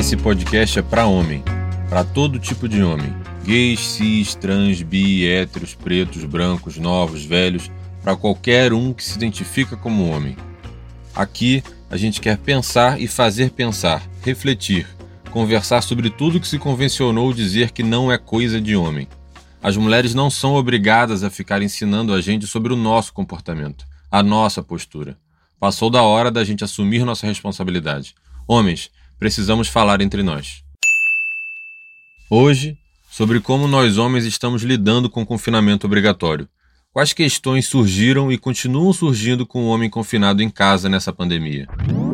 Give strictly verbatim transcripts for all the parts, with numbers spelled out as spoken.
Esse podcast é para homem, para todo tipo de homem. Gays, cis, trans, bi, héteros, pretos, brancos, novos, velhos, para qualquer um que se identifica como homem. Aqui a gente quer pensar e fazer pensar, refletir, conversar sobre tudo que se convencionou dizer que não é coisa de homem. As mulheres não são obrigadas a ficar ensinando a gente sobre o nosso comportamento, a nossa postura. Passou da hora da gente assumir nossa responsabilidade. Homens, precisamos falar entre nós. Hoje, sobre como nós homens estamos lidando com o confinamento obrigatório. Quais questões surgiram e continuam surgindo com o homem confinado em casa nessa pandemia?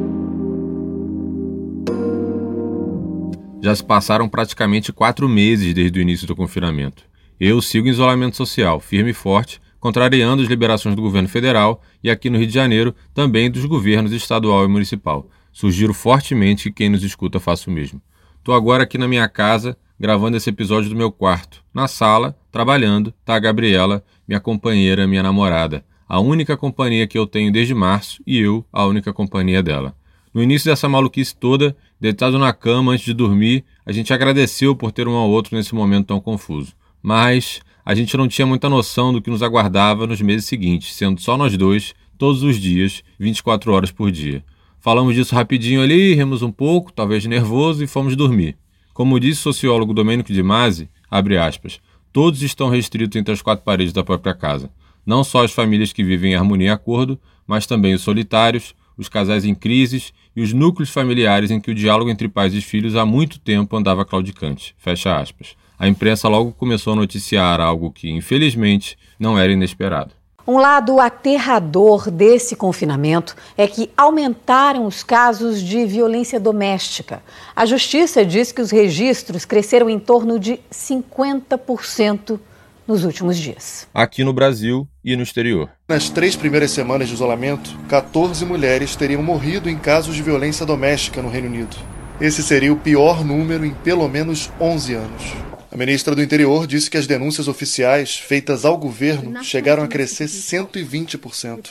Já se passaram praticamente quatro meses desde o início do confinamento. Eu sigo em isolamento social, firme e forte, contrariando as liberações do governo federal e aqui no Rio de Janeiro também dos governos estadual e municipal. Sugiro fortemente que quem nos escuta faça o mesmo. Estou agora aqui na minha casa, gravando esse episódio do meu quarto. Na sala, trabalhando, tá a Gabriela, minha companheira, minha namorada. A única companhia que eu tenho desde março e eu, a única companhia dela. No início dessa maluquice toda, deitado na cama antes de dormir, a gente agradeceu por ter um ao outro nesse momento tão confuso. Mas a gente não tinha muita noção do que nos aguardava nos meses seguintes, sendo só nós dois, todos os dias, vinte e quatro horas por dia. Falamos disso rapidinho ali, rimos um pouco, talvez nervoso, e fomos dormir. Como disse o sociólogo Domênico de Masi, abre aspas, todos estão restritos entre as quatro paredes da própria casa. Não só as famílias que vivem em harmonia e acordo, mas também os solitários, os casais em crises e os núcleos familiares em que o diálogo entre pais e filhos há muito tempo andava claudicante. Fecha aspas. A imprensa logo começou a noticiar algo que, infelizmente, não era inesperado. Um lado aterrador desse confinamento é que aumentaram os casos de violência doméstica. A Justiça diz que os registros cresceram em torno de cinquenta por cento nos últimos dias. Aqui no Brasil e no exterior. Nas três primeiras semanas de isolamento, quatorze mulheres teriam morrido em casos de violência doméstica no Reino Unido. Esse seria o pior número em pelo menos onze anos. A ministra do Interior disse que as denúncias oficiais feitas ao governo chegaram a crescer cento e vinte por cento.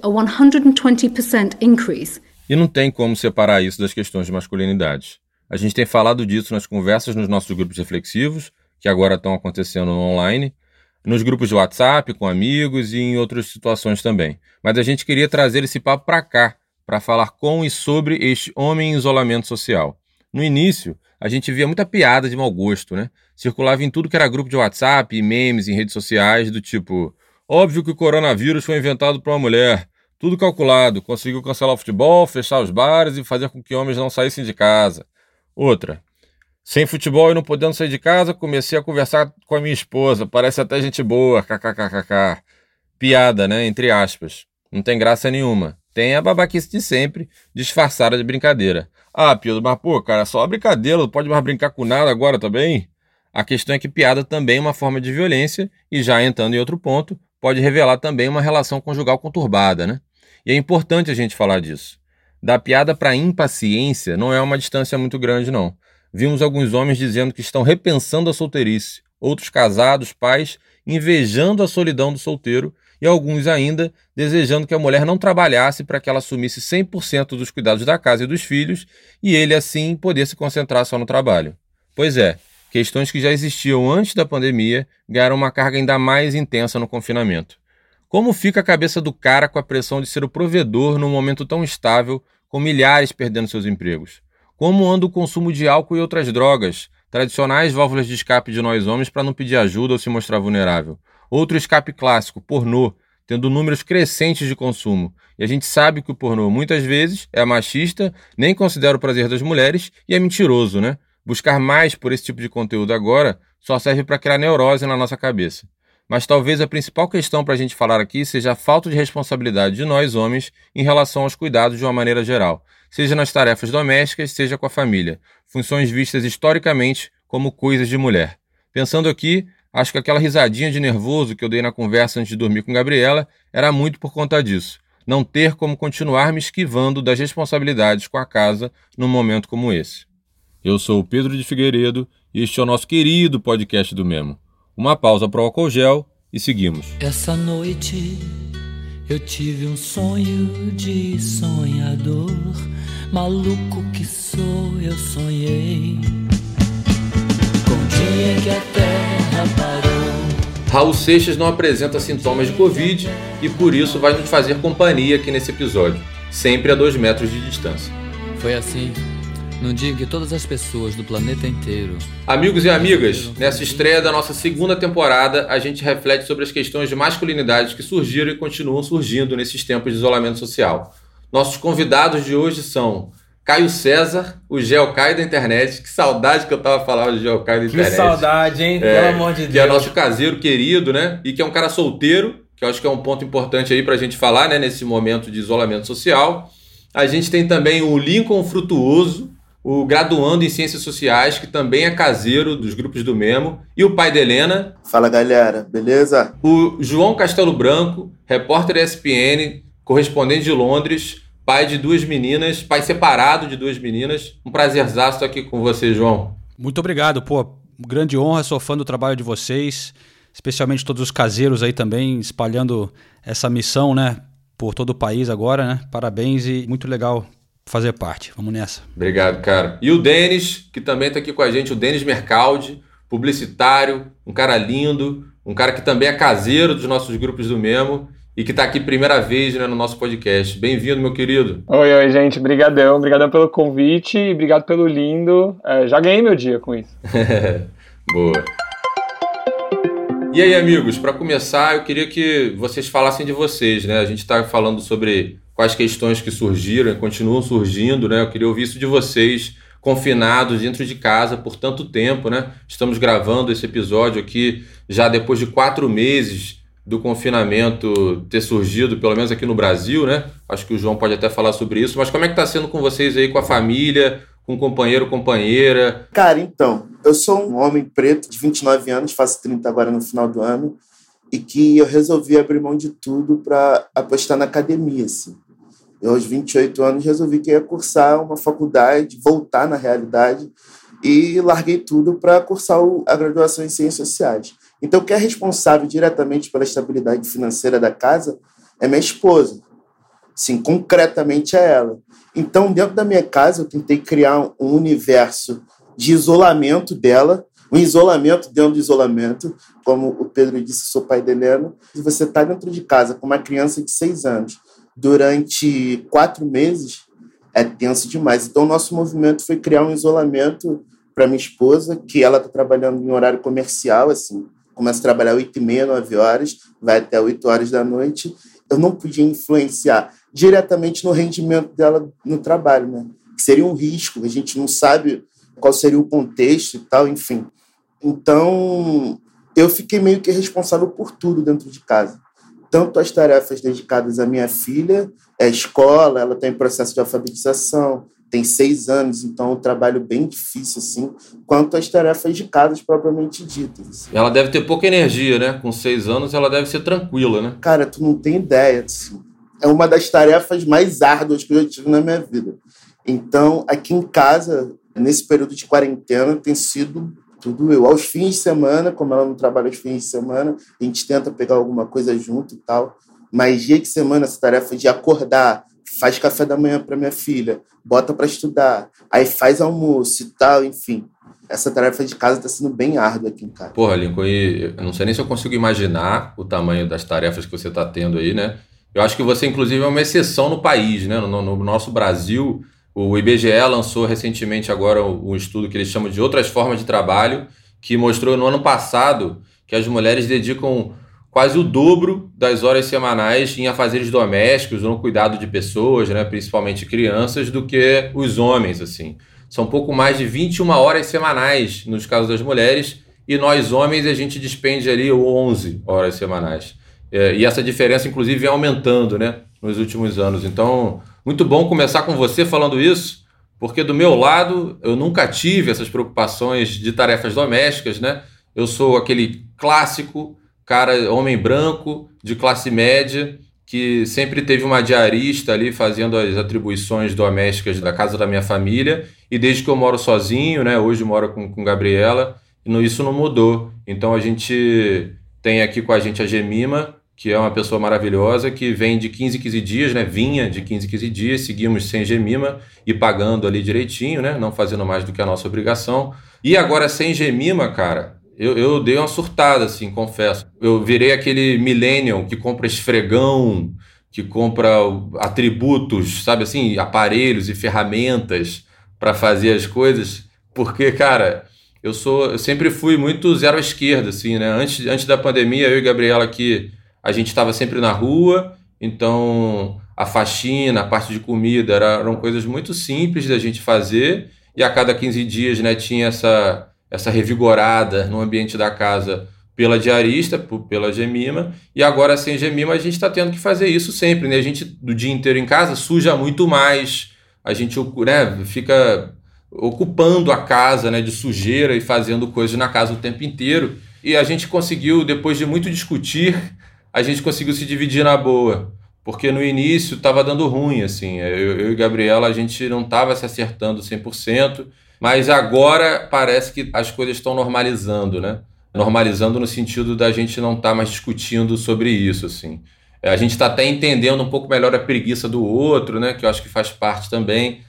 E não tem como separar isso das questões de masculinidade. A gente tem falado disso nas conversas nos nossos grupos reflexivos, que agora estão acontecendo online, nos grupos de WhatsApp, com amigos e em outras situações também. Mas a gente queria trazer esse papo para cá, para falar com e sobre este homem em isolamento social. No início, a gente via muita piada de mau gosto, né? Circulava em tudo que era grupo de WhatsApp e memes em redes sociais do tipo óbvio que o coronavírus foi inventado por uma mulher, tudo calculado, conseguiu cancelar o futebol, fechar os bares e fazer com que homens não saíssem de casa. Outra, sem futebol e não podendo sair de casa, comecei a conversar com a minha esposa, parece até gente boa, kkkk. Piada, né? Entre aspas. Não tem graça nenhuma. Tem a babaquice de sempre, disfarçada de brincadeira. Ah, Pedro, mas pô, cara, só brincadeira, não pode mais brincar com nada agora também? A questão é que piada também é uma forma de violência e, já entrando em outro ponto, pode revelar também uma relação conjugal conturbada, né? E é importante a gente falar disso. Da piada para impaciência não é uma distância muito grande, não. Vimos alguns homens dizendo que estão repensando a solteirice, outros casados, pais, invejando a solidão do solteiro e alguns ainda desejando que a mulher não trabalhasse para que ela assumisse cem por cento dos cuidados da casa e dos filhos e ele, assim, poder se concentrar só no trabalho. Pois é, questões que já existiam antes da pandemia ganharam uma carga ainda mais intensa no confinamento. Como fica a cabeça do cara com a pressão de ser o provedor num momento tão instável, com milhares perdendo seus empregos? Como anda o consumo de álcool e outras drogas, tradicionais válvulas de escape de nós homens para não pedir ajuda ou se mostrar vulnerável? Outro escape clássico, pornô, tendo números crescentes de consumo. E a gente sabe que o pornô, muitas vezes, é machista, nem considera o prazer das mulheres e é mentiroso, né? Buscar mais por esse tipo de conteúdo agora só serve para criar neurose na nossa cabeça. Mas talvez a principal questão para a gente falar aqui seja a falta de responsabilidade de nós, homens, em relação aos cuidados de uma maneira geral, seja nas tarefas domésticas, seja com a família, funções vistas historicamente como coisas de mulher. Pensando aqui, acho que aquela risadinha de nervoso que eu dei na conversa antes de dormir com Gabriela era muito por conta disso, não ter como continuar me esquivando das responsabilidades com a casa num momento como esse. Eu sou o Pedro de Figueiredo e este é o nosso querido podcast do Memo. Uma pausa para o álcool gel e seguimos. Essa noite eu tive um sonho de sonhador. maluco que sou, eu sonhei com o dia que a terra parou. Raul Seixas não apresenta sintomas de Covid e por isso vai nos fazer companhia aqui nesse episódio, sempre a dois metros de distância. Foi assim, num dia em que todas as pessoas do planeta inteiro... Amigos e amigas, nessa estreia da nossa segunda temporada, a gente reflete sobre as questões de masculinidade que surgiram e continuam surgindo nesses tempos de isolamento social. Nossos convidados de hoje são Caio César, o Geocai da internet. Que saudade que eu tava falando de Geocai da internet. Que saudade, hein? É, Pelo amor de Deus. Que é nosso caseiro querido, né? E que é um cara solteiro, que eu acho que é um ponto importante aí pra gente falar, né? Nesse momento de isolamento social. A gente tem também o Lincoln Frutuoso, o graduando em Ciências Sociais, que também é caseiro dos grupos do Memo, e o pai da Helena. Fala, galera, beleza? O João Castelo Branco, repórter E S P N, correspondente de Londres, pai de duas meninas, pai separado de duas meninas. Um prazerzaço estar aqui com você, João. Muito obrigado, pô, grande honra, sou fã do trabalho de vocês, especialmente todos os caseiros aí também, espalhando essa missão, né, por todo o país agora, né? Parabéns e muito legal fazer parte. Vamos nessa. Obrigado, cara. E o Denis, que também está aqui com a gente, o Denis Mercaldi, publicitário, um cara lindo, um cara que também é caseiro dos nossos grupos do Memo e que está aqui primeira vez, né, no nosso podcast. Bem-vindo, meu querido. Oi, oi, gente. Brigadão. Obrigadão pelo convite e obrigado pelo lindo. É, já ganhei meu dia com isso. Boa. E aí, amigos, para começar, eu queria que vocês falassem de vocês, né? A gente está falando sobre quais questões que surgiram e continuam surgindo, né? Eu queria ouvir isso de vocês, confinados dentro de casa por tanto tempo, né? Estamos gravando esse episódio aqui já depois de quatro meses do confinamento ter surgido, pelo menos aqui no Brasil, né? Acho que o João pode até falar sobre isso, mas como é que está sendo com vocês aí, com a família, com companheiro, companheira? Cara, então, eu sou um homem preto de vinte e nove anos, faço trinta agora no final do ano, e que eu resolvi abrir mão de tudo para apostar na academia, assim. Eu, aos vinte e oito anos, resolvi que ia cursar uma faculdade, voltar na realidade, e larguei tudo para cursar a graduação em Ciências Sociais. Então, quem é responsável diretamente pela estabilidade financeira da casa é minha esposa. Sim, concretamente é ela. Então, dentro da minha casa, eu tentei criar um universo de isolamento dela, um isolamento dentro do isolamento. Como o Pedro disse, sou pai da Helena. Se você está dentro de casa com uma criança de seis anos durante quatro meses, é tenso demais. Então, o nosso movimento foi criar um isolamento para minha esposa, que ela está trabalhando em horário comercial, assim, começa a trabalhar oito e meia, nove horas, vai até oito horas da noite. Eu não podia influenciar diretamente no rendimento dela no trabalho, né? Que seria um risco, a gente não sabe qual seria o contexto e tal, enfim. Então, eu fiquei meio que responsável por tudo dentro de casa. Tanto as tarefas dedicadas à minha filha, a escola, ela está em processo de alfabetização, tem seis anos, então é um trabalho bem difícil, assim, quanto as tarefas de casa propriamente ditas. Assim. Ela deve ter pouca energia, né? Com seis anos, ela deve ser tranquila, né? Cara, tu não tem ideia, assim. É uma das tarefas mais árduas que eu já tive na minha vida. Então, aqui em casa, nesse período de quarentena, tem sido tudo eu. Aos fins de semana, como ela não trabalha aos fins de semana, a gente tenta pegar alguma coisa junto e tal. Mas dia de semana, essa tarefa de acordar, faz café da manhã para minha filha, bota para estudar, aí faz almoço e tal, enfim. Essa tarefa de casa está sendo bem árdua aqui em casa. Porra, Lincoln, e eu não sei nem se eu consigo imaginar o tamanho das tarefas que você está tendo aí, né? Eu acho que você, inclusive, é uma exceção no país, né? No, no nosso Brasil, o I B G E lançou recentemente agora um estudo que eles chamam de outras formas de trabalho, que mostrou no ano passado que as mulheres dedicam quase o dobro das horas semanais em afazeres domésticos ou no cuidado de pessoas, né, principalmente crianças, do que os homens, assim. São pouco mais de vinte e uma horas semanais nos casos das mulheres e nós homens a gente despende ali onze horas semanais. É, e essa diferença, inclusive, vem aumentando, né, nos últimos anos. Então, muito bom começar com você falando isso, porque do meu lado eu nunca tive essas preocupações de tarefas domésticas, né? Eu sou aquele clássico cara, homem branco, de classe média, que sempre teve uma diarista ali fazendo as atribuições domésticas da casa da minha família, e desde que eu moro sozinho, né, hoje moro com, com Gabriela, isso não mudou. Então a gente tem aqui com a gente a Gemima, que é uma pessoa maravilhosa, que vem de quinze em quinze dias, né? Vinha de quinze em quinze dias, seguimos sem Gemima e pagando ali direitinho, né? Não fazendo mais do que a nossa obrigação. E agora sem Gemima, cara, eu, eu dei uma surtada, assim, confesso. Eu virei aquele millennial que compra esfregão, que compra atributos, sabe assim, aparelhos e ferramentas para fazer as coisas, porque, cara, eu sou, eu sempre fui muito zero à esquerda, assim, né? Antes, antes da pandemia, eu e Gabriela aqui, a gente estava sempre na rua, então a faxina, a parte de comida eram coisas muito simples da gente fazer, e a cada quinze dias, né, tinha essa, essa revigorada no ambiente da casa pela diarista, pela Gemima, e agora sem Gemima a gente está tendo que fazer isso sempre, né? A gente, do dia inteiro em casa, suja muito mais, a gente, né, fica ocupando a casa, né, de sujeira e fazendo coisas na casa o tempo inteiro, e a gente conseguiu, depois de muito discutir, a gente conseguiu se dividir na boa, porque no início estava dando ruim, assim, eu, eu e Gabriela, a gente não estava se acertando cem por cento, mas agora parece que as coisas estão normalizando, né? Normalizando no sentido da gente não estar tá mais discutindo sobre isso, assim. A gente está até entendendo um pouco melhor a preguiça do outro, né? Que eu acho que faz parte também,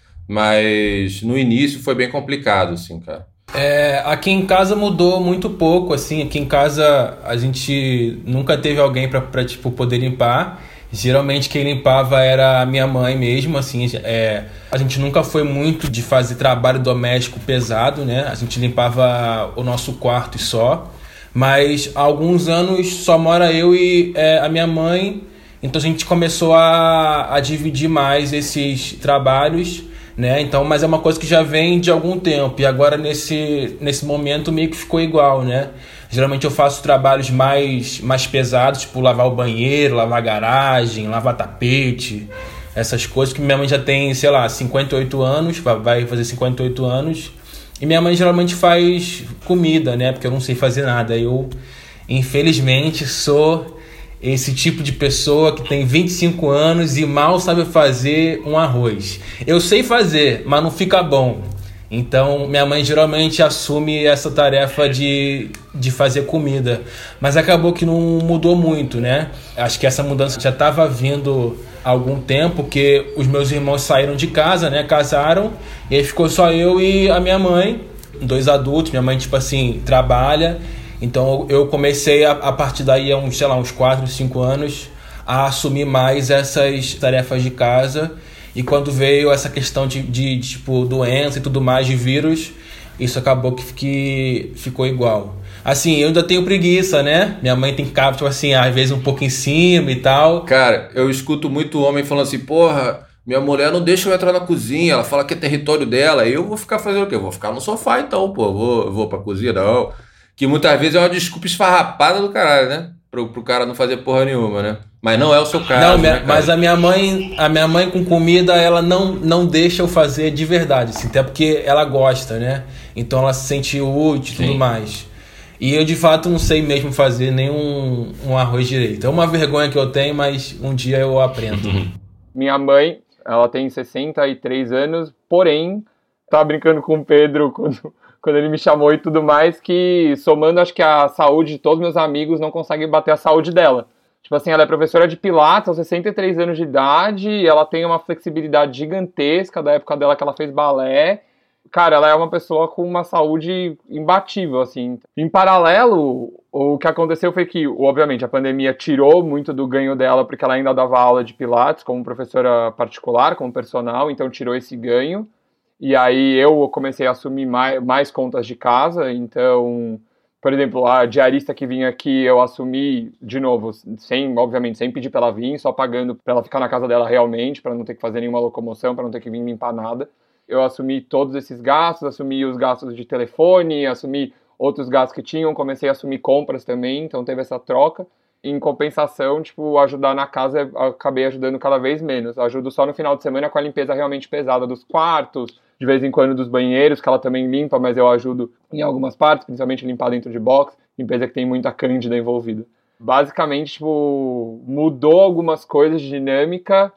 mas no início foi bem complicado, assim, cara. É, aqui em casa mudou muito pouco, assim. Aqui em casa a gente nunca teve alguém para tipo, poder limpar. Geralmente quem limpava era a minha mãe mesmo, assim, é, a gente nunca foi muito de fazer trabalho doméstico pesado, né? A gente limpava o nosso quarto e só, mas há alguns anos só mora eu e é, a minha mãe, então a gente começou a, a dividir mais esses trabalhos, né? Então, mas é uma coisa que já vem de algum tempo, e agora nesse, nesse momento meio que ficou igual, né? Geralmente eu faço trabalhos mais, mais pesados, tipo lavar o banheiro, lavar a garagem, lavar tapete, essas coisas que minha mãe já tem, sei lá, cinquenta e oito anos, vai fazer cinquenta e oito anos, e minha mãe geralmente faz comida, né, porque eu não sei fazer nada. Eu, infelizmente, sou esse tipo de pessoa que tem vinte e cinco anos e mal sabe fazer um arroz. Eu sei fazer, mas não fica bom. Então, minha mãe geralmente assume essa tarefa de, de fazer comida. Mas acabou que não mudou muito, né? Acho que essa mudança já estava vindo há algum tempo, porque os meus irmãos saíram de casa, né? Casaram, e aí ficou só eu e a minha mãe, dois adultos. Minha mãe, tipo assim, trabalha. Então, eu comecei, a, a partir daí, há uns, sei lá, uns quatro, cinco anos, a assumir mais essas tarefas de casa. E quando veio essa questão de, de, de tipo, doença e tudo mais, de vírus, isso acabou que, que ficou igual. Assim, eu ainda tenho preguiça, né? Minha mãe tem que ficar, tipo assim, às vezes um pouco em cima e tal. Cara, eu escuto muito homem falando assim, porra, minha mulher não deixa eu entrar na cozinha, ela fala que é território dela, eu vou ficar fazendo o quê? Eu vou ficar no sofá então, pô, vou, vou pra cozinha, não. Que muitas vezes é uma desculpa esfarrapada do caralho, né? Pro, pro cara não fazer porra nenhuma, né? Mas não é o seu caso, não, minha, né, mas a minha mãe, a minha mãe com comida, ela não, não deixa eu fazer de verdade, assim, até porque ela gosta, né? Então ela se sente útil e tudo mais. E eu de fato não sei mesmo fazer nenhum um arroz direito. É uma vergonha que eu tenho, mas um dia eu aprendo. Minha mãe, ela tem sessenta e três anos, porém, tava brincando com o Pedro quando, quando ele me chamou e tudo mais, que somando, acho que a saúde de todos meus amigos não consegue bater a saúde dela. Tipo assim, ela é professora de Pilates aos sessenta e três anos de idade, e ela tem uma flexibilidade gigantesca da época dela que ela fez balé. Cara, ela é uma pessoa com uma saúde imbatível, assim. Em paralelo, o que aconteceu foi que, obviamente, a pandemia tirou muito do ganho dela, porque ela ainda dava aula de Pilates como professora particular, como personal, então tirou esse ganho. E aí eu comecei a assumir mais, mais contas de casa, então... Por exemplo, a diarista que vinha aqui, eu assumi, de novo, sem, obviamente, sem pedir para ela vir, só pagando para ela ficar na casa dela realmente, para não ter que fazer nenhuma locomoção, para não ter que vir limpar nada. Eu assumi todos esses gastos, assumi os gastos de telefone, assumi outros gastos que tinham, comecei a assumir compras também, então teve essa troca. Em compensação, tipo, ajudar na casa, eu acabei ajudando cada vez menos. Eu ajudo só no final de semana com a limpeza realmente pesada dos quartos, de vez em quando dos banheiros, que ela também limpa, mas eu ajudo em algumas partes, principalmente limpar dentro de box, limpeza que tem muita cândida envolvida. Basicamente, tipo, mudou algumas coisas de dinâmica,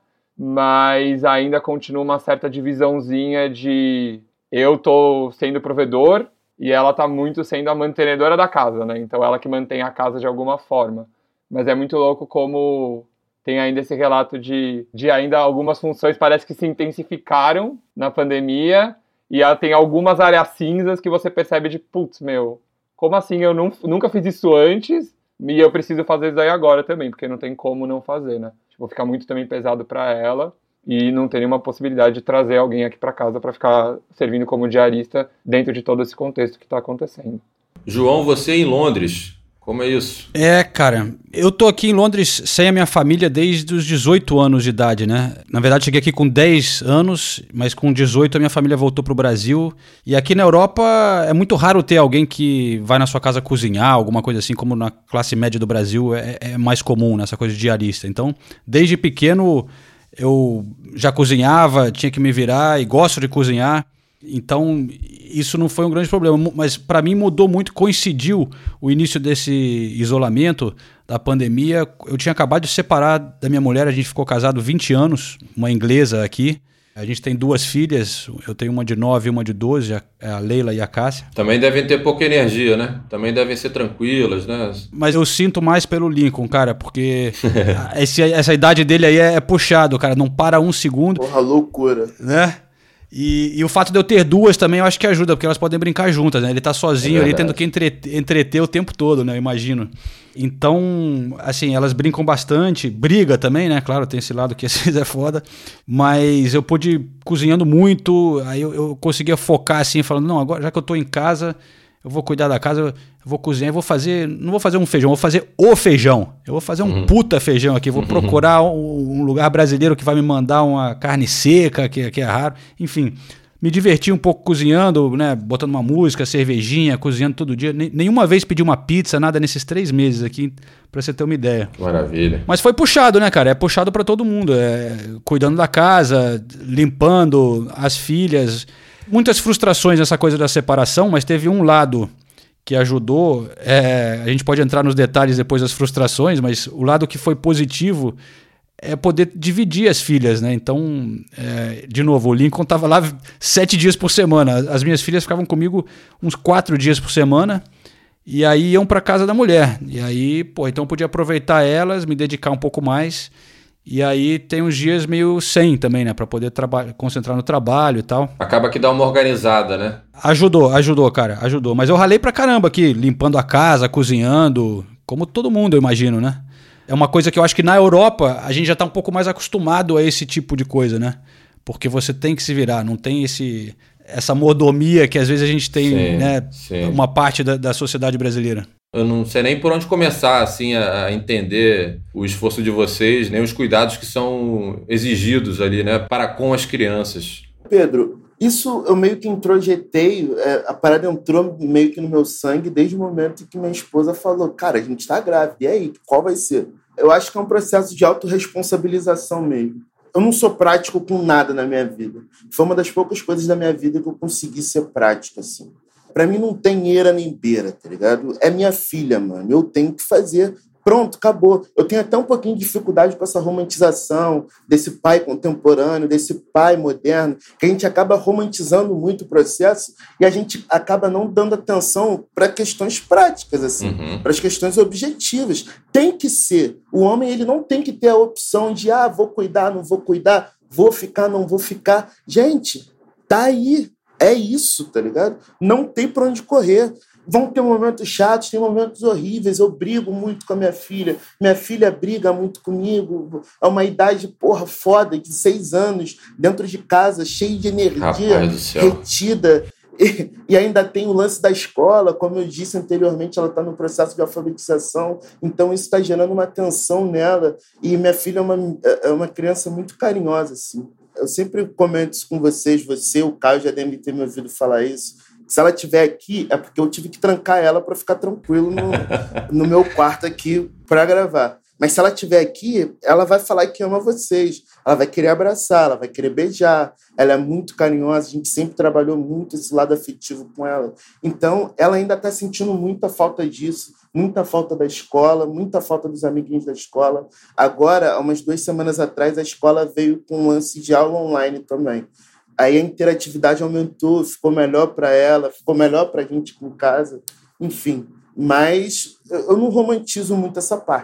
mas ainda continua uma certa divisãozinha de eu tô sendo provedor e ela tá muito sendo a mantenedora da casa, né? Então ela que mantém a casa de alguma forma. Mas é muito louco como tem ainda esse relato de, de ainda algumas funções parece que se intensificaram na pandemia e tem algumas áreas cinzas que você percebe de, putz, meu, como assim eu não, nunca fiz isso antes e eu preciso fazer isso aí agora também, porque não tem como não fazer, né? Tipo, fica muito também pesado para ela e não tem nenhuma possibilidade de trazer alguém aqui para casa para ficar servindo como diarista dentro de todo esse contexto que está acontecendo. João, você em Londres, como é isso? É, cara, eu tô aqui em Londres sem a minha família desde os dezoito anos de idade, né? Na verdade, cheguei aqui com dez anos, mas com dezoito a minha família voltou pro Brasil. E aqui na Europa é muito raro ter alguém que vai na sua casa cozinhar, alguma coisa assim, como na classe média do Brasil é, é mais comum, né? Essa coisa de diarista. Então, desde pequeno eu já cozinhava, tinha que me virar e gosto de cozinhar. Então, isso não foi um grande problema, mas para mim mudou muito, coincidiu o início desse isolamento, da pandemia. Eu tinha acabado de separar da minha mulher, a gente ficou casado vinte anos, uma inglesa aqui. A gente tem duas filhas, eu tenho uma de nove e uma de doze, a Leila e a Cássia. Também devem ter pouca energia, né? Também devem ser tranquilas, né? Mas eu sinto mais pelo Lincoln, cara, porque esse, essa idade dele aí é, é puxado, cara, não para um segundo. Porra, loucura. Né? E, e o fato de eu ter duas também eu acho que ajuda, porque elas podem brincar juntas, né? Ele tá sozinho é ali, tendo que entre, entreter o tempo todo, né? Eu imagino. Então, assim, elas brincam bastante, briga também, né? Claro, tem esse lado que às vezes é foda, mas eu pude ir cozinhando muito, aí eu, eu conseguia focar assim, falando, não, agora já que eu tô em casa, eu vou cuidar da casa, eu vou cozinhar, eu vou fazer, não vou fazer um feijão, eu vou fazer o feijão. Eu vou fazer um uhum. puta feijão aqui, vou uhum. procurar um, um lugar brasileiro que vai me mandar uma carne seca, que, que é raro. Enfim, me diverti um pouco cozinhando, né, botando uma música, cervejinha, cozinhando todo dia. Nenhuma vez pedi uma pizza, nada nesses três meses aqui, pra você ter uma ideia. Maravilha. Mas foi puxado, né, cara? É puxado pra todo mundo. É, cuidando da casa, limpando as filhas. Muitas frustrações nessa coisa da separação, mas teve um lado que ajudou. É, a gente pode entrar nos detalhes depois das frustrações, mas o lado que foi positivo é poder dividir as filhas, né? Então, é, de novo, o Lincoln estava lá sete dias por semana. As minhas filhas ficavam comigo uns quatro dias por semana e aí iam para casa da mulher. E aí, pô, então eu podia aproveitar elas, me dedicar um pouco mais. E aí tem uns dias meio sem também, né? Pra poder traba- concentrar no trabalho e tal. Acaba que dá uma organizada, né? Ajudou, ajudou, cara, ajudou. Mas eu ralei pra caramba aqui, limpando a casa, cozinhando, como todo mundo, eu imagino, né? É uma coisa que eu acho que na Europa a gente já tá um pouco mais acostumado a esse tipo de coisa, né? Porque você tem que se virar, não tem esse, essa mordomia que às vezes a gente tem, sim, né? Sim. Uma parte da, da sociedade brasileira. Eu não sei nem por onde começar assim, a entender o esforço de vocês, nem os cuidados que são exigidos ali, né, para com as crianças. Pedro, isso eu meio que introjetei, é, a parada entrou meio que no meu sangue desde o momento que minha esposa falou, cara, a gente está grávida, e aí, qual vai ser? Eu acho que é um processo de autorresponsabilização mesmo. Eu não sou prático com nada na minha vida. Foi uma das poucas coisas da minha vida que eu consegui ser prático, assim. Pra mim não tem eira nem beira, tá ligado? É minha filha, mano. Eu tenho que fazer. Pronto, acabou. Eu tenho até um pouquinho de dificuldade com essa romantização desse pai contemporâneo, desse pai moderno, que a gente acaba romantizando muito o processo e a gente acaba não dando atenção para questões práticas, assim, uhum. para as questões objetivas. Tem que ser. O homem, ele não tem que ter a opção de, ah, vou cuidar, não vou cuidar, vou ficar, não vou ficar. Gente, tá aí. É isso, tá ligado? Não tem pra onde correr. Vão ter momentos chatos, tem momentos horríveis. Eu brigo muito com a minha filha. Minha filha briga muito comigo. É uma idade, porra, foda, de seis anos, dentro de casa, cheio de energia, retida. E, e ainda tem o lance da escola. Como eu disse anteriormente, ela está no processo de alfabetização. Então isso está gerando uma tensão nela. E minha filha é uma, é uma criança muito carinhosa, assim. Eu sempre comento isso com vocês, você, o Caio já deve ter me ouvido falar isso. Se ela estiver aqui, é porque eu tive que trancar ela para ficar tranquilo no, no meu quarto aqui para gravar. Mas se ela estiver aqui, ela vai falar que ama vocês. Ela vai querer abraçar, ela vai querer beijar. Ela é muito carinhosa, a gente sempre trabalhou muito esse lado afetivo com ela. Então, ela ainda está sentindo muita falta disso, muita falta da escola, muita falta dos amiguinhos da escola. Agora, há umas duas semanas atrás, a escola veio com um lance de aula online também. Aí a interatividade aumentou, ficou melhor para ela, ficou melhor para a gente com casa, enfim. Mas eu não romantizo muito essa parte.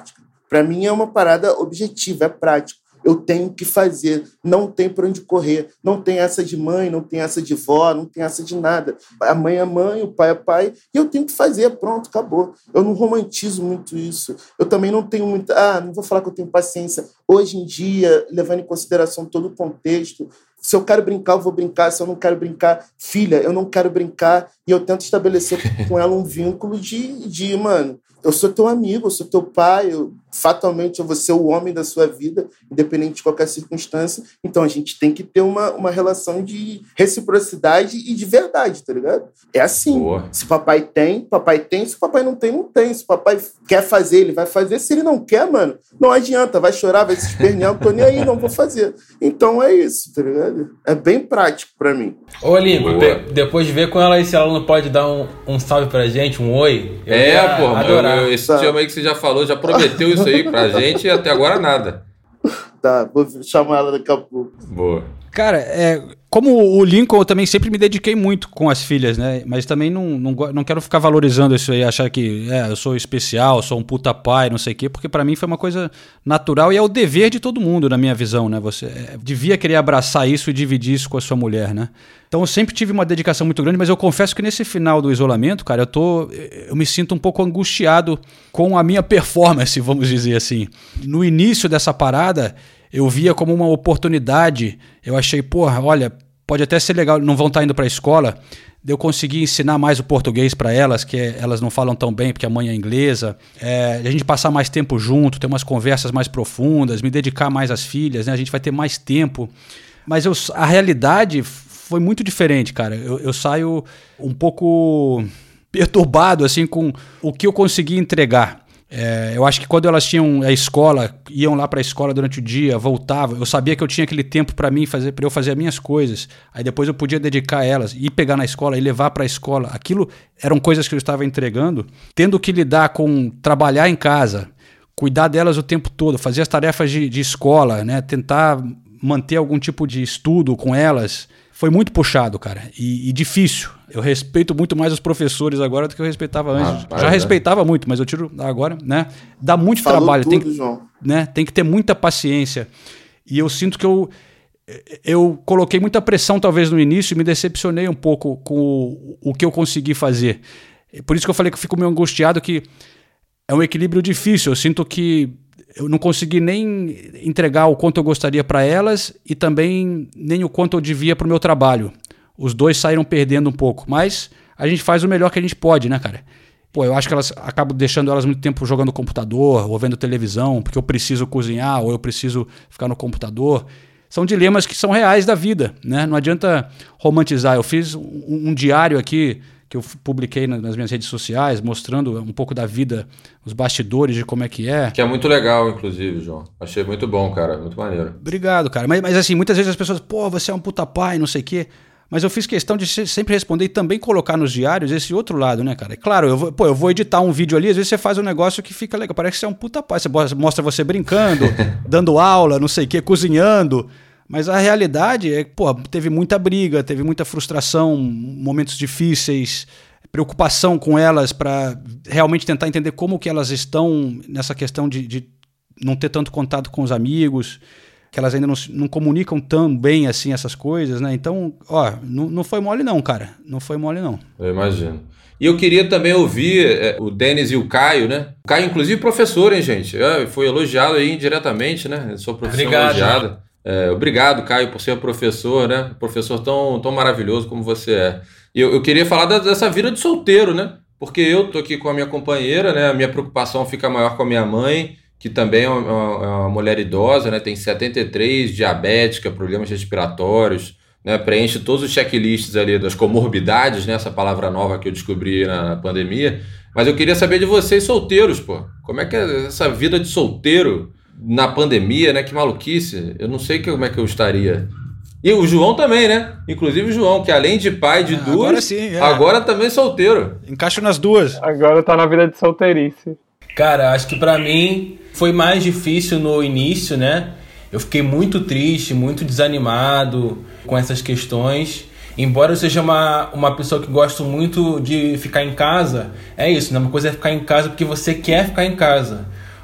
Para mim é uma parada objetiva, é prático. Eu tenho que fazer, não tem para onde correr, não tem essa de mãe, não tem essa de vó, não tem essa de nada. A mãe é mãe, o pai é pai, e eu tenho que fazer, pronto, acabou. Eu não romantizo muito isso. Eu também não tenho muita... Ah, não vou falar que eu tenho paciência. Hoje em dia, levando em consideração todo o contexto, se eu quero brincar, eu vou brincar. Se eu não quero brincar, filha, eu não quero brincar. E eu tento estabelecer com ela um vínculo de, de mano, eu sou teu amigo, eu sou teu pai, eu, fatalmente eu vou ser o homem da sua vida, independente de qualquer circunstância. Então a gente tem que ter uma, uma relação de reciprocidade e de verdade, tá ligado? É assim. Boa. Se papai tem, papai tem. Se papai não tem, não tem. Se papai quer fazer, ele vai fazer. Se ele não quer, mano, não adianta. Vai chorar, vai se espernear, não tô nem aí, não vou fazer. Então é isso, tá ligado? É bem prático pra mim. Ô, Lincoln, de, depois de ver com ela aí se ela não pode dar um, um salve pra gente, um oi. Eu é, pô, adorar. Eu, eu, esse tá. Tema aí que você já falou, já prometeu isso aí pra gente e até agora nada. Tá, vou chamar ela daqui a pouco. Boa. Cara, é, como o Lincoln, eu também sempre me dediquei muito com as filhas, né? Mas também não, não, não quero ficar valorizando isso aí, achar que é, eu sou especial, sou um puta pai, não sei o quê, porque pra mim foi uma coisa natural e é o dever de todo mundo, na minha visão, né? Você é, devia querer abraçar isso e dividir isso com a sua mulher, né? Então eu sempre tive uma dedicação muito grande, mas eu confesso que nesse final do isolamento, cara, eu tô, eu me sinto um pouco angustiado com a minha performance, vamos dizer assim. No início dessa parada, eu via como uma oportunidade, eu achei, porra, olha, pode até ser legal, não vão estar indo para a escola, de eu conseguir ensinar mais o português para elas, que elas não falam tão bem porque a mãe é inglesa, é, a gente passar mais tempo junto, ter umas conversas mais profundas, me dedicar mais às filhas, né? A gente vai ter mais tempo. Mas eu, a realidade foi muito diferente, cara. Eu, eu saio um pouco perturbado assim, com o que eu consegui entregar. É, eu acho que quando elas tinham a escola, iam lá para a escola durante o dia, voltavam, eu sabia que eu tinha aquele tempo para mim fazer, para eu fazer as minhas coisas. Aí depois eu podia dedicar a elas, ir pegar na escola e levar para a escola. Aquilo eram coisas que eu estava entregando, tendo que lidar com trabalhar em casa, cuidar delas o tempo todo, fazer as tarefas de, de escola, né, tentar manter algum tipo de estudo com elas. Foi muito puxado, cara, e, e difícil. Eu respeito muito mais os professores agora do que eu respeitava antes. Ah, Já é. respeitava muito, mas eu tiro agora, né? Dá muito Falou trabalho, tudo, tem, João. Né? Tem que ter muita paciência. E eu sinto que eu, eu coloquei muita pressão talvez no início e me decepcionei um pouco com o, o que eu consegui fazer. Por isso que eu falei que eu fico meio angustiado, que é um equilíbrio difícil. Eu sinto que eu não consegui nem entregar o quanto eu gostaria para elas e também nem o quanto eu devia para o meu trabalho. Os dois saíram perdendo um pouco, mas a gente faz o melhor que a gente pode, né, cara? Pô, eu acho que elas acabo deixando elas muito tempo jogando computador ou vendo televisão, porque eu preciso cozinhar ou eu preciso ficar no computador. São dilemas que são reais da vida, né? Não adianta romantizar. Eu fiz um, um diário aqui que eu publiquei nas minhas redes sociais, mostrando um pouco da vida, os bastidores de como é que é. Que é muito legal, inclusive, João. Achei muito bom, cara. Muito maneiro. Obrigado, cara. Mas, mas assim, muitas vezes as pessoas, pô, você é um puta pai, não sei o quê. Mas eu fiz questão de sempre responder e também colocar nos diários esse outro lado, né, cara? Claro, eu vou, pô, eu vou editar um vídeo ali, às vezes você faz um negócio que fica legal. Parece que você é um puta pai. Você mostra você brincando, dando aula, não sei o quê, cozinhando. Mas a realidade é que, pô, teve muita briga, teve muita frustração, momentos difíceis, preocupação com elas para realmente tentar entender como que elas estão nessa questão de, de não ter tanto contato com os amigos, que elas ainda não, não comunicam tão bem assim essas coisas, né? Então, ó, não, não foi mole não, cara. Não foi mole não. Eu imagino. E eu queria também ouvir é, o Denis e o Caio, né? O Caio, inclusive, professor, hein, gente? É, foi elogiado aí indiretamente, né? Sua profissão Obrigado, elogiada. É, obrigado, Caio, por ser professor, né? Professor tão, tão maravilhoso como você é. E eu, eu queria falar da, dessa vida de solteiro, né? Porque eu tô aqui com a minha companheira, né? A minha preocupação fica maior com a minha mãe, que também é uma, uma, uma mulher idosa, né? Tem setenta e três, diabética, problemas respiratórios, né? Preenche todos os checklists ali das comorbidades, né? Essa palavra nova que eu descobri na pandemia. Mas eu queria saber de vocês solteiros, pô. Como é que é essa vida de solteiro na pandemia, né? Que maluquice. Eu não sei como é que eu estaria. E o João também, né? Inclusive o João, que além de pai de ah, duas, agora, sim, é. agora também solteiro. Encaixa nas duas. Agora tá na vida de solteirice. Cara, acho que pra mim foi mais difícil no início, né? Eu fiquei muito triste, muito desanimado com essas questões. Embora eu seja uma, uma pessoa que gosto muito de ficar em casa, é isso, né? Uma coisa é ficar em casa porque você quer ficar em casa.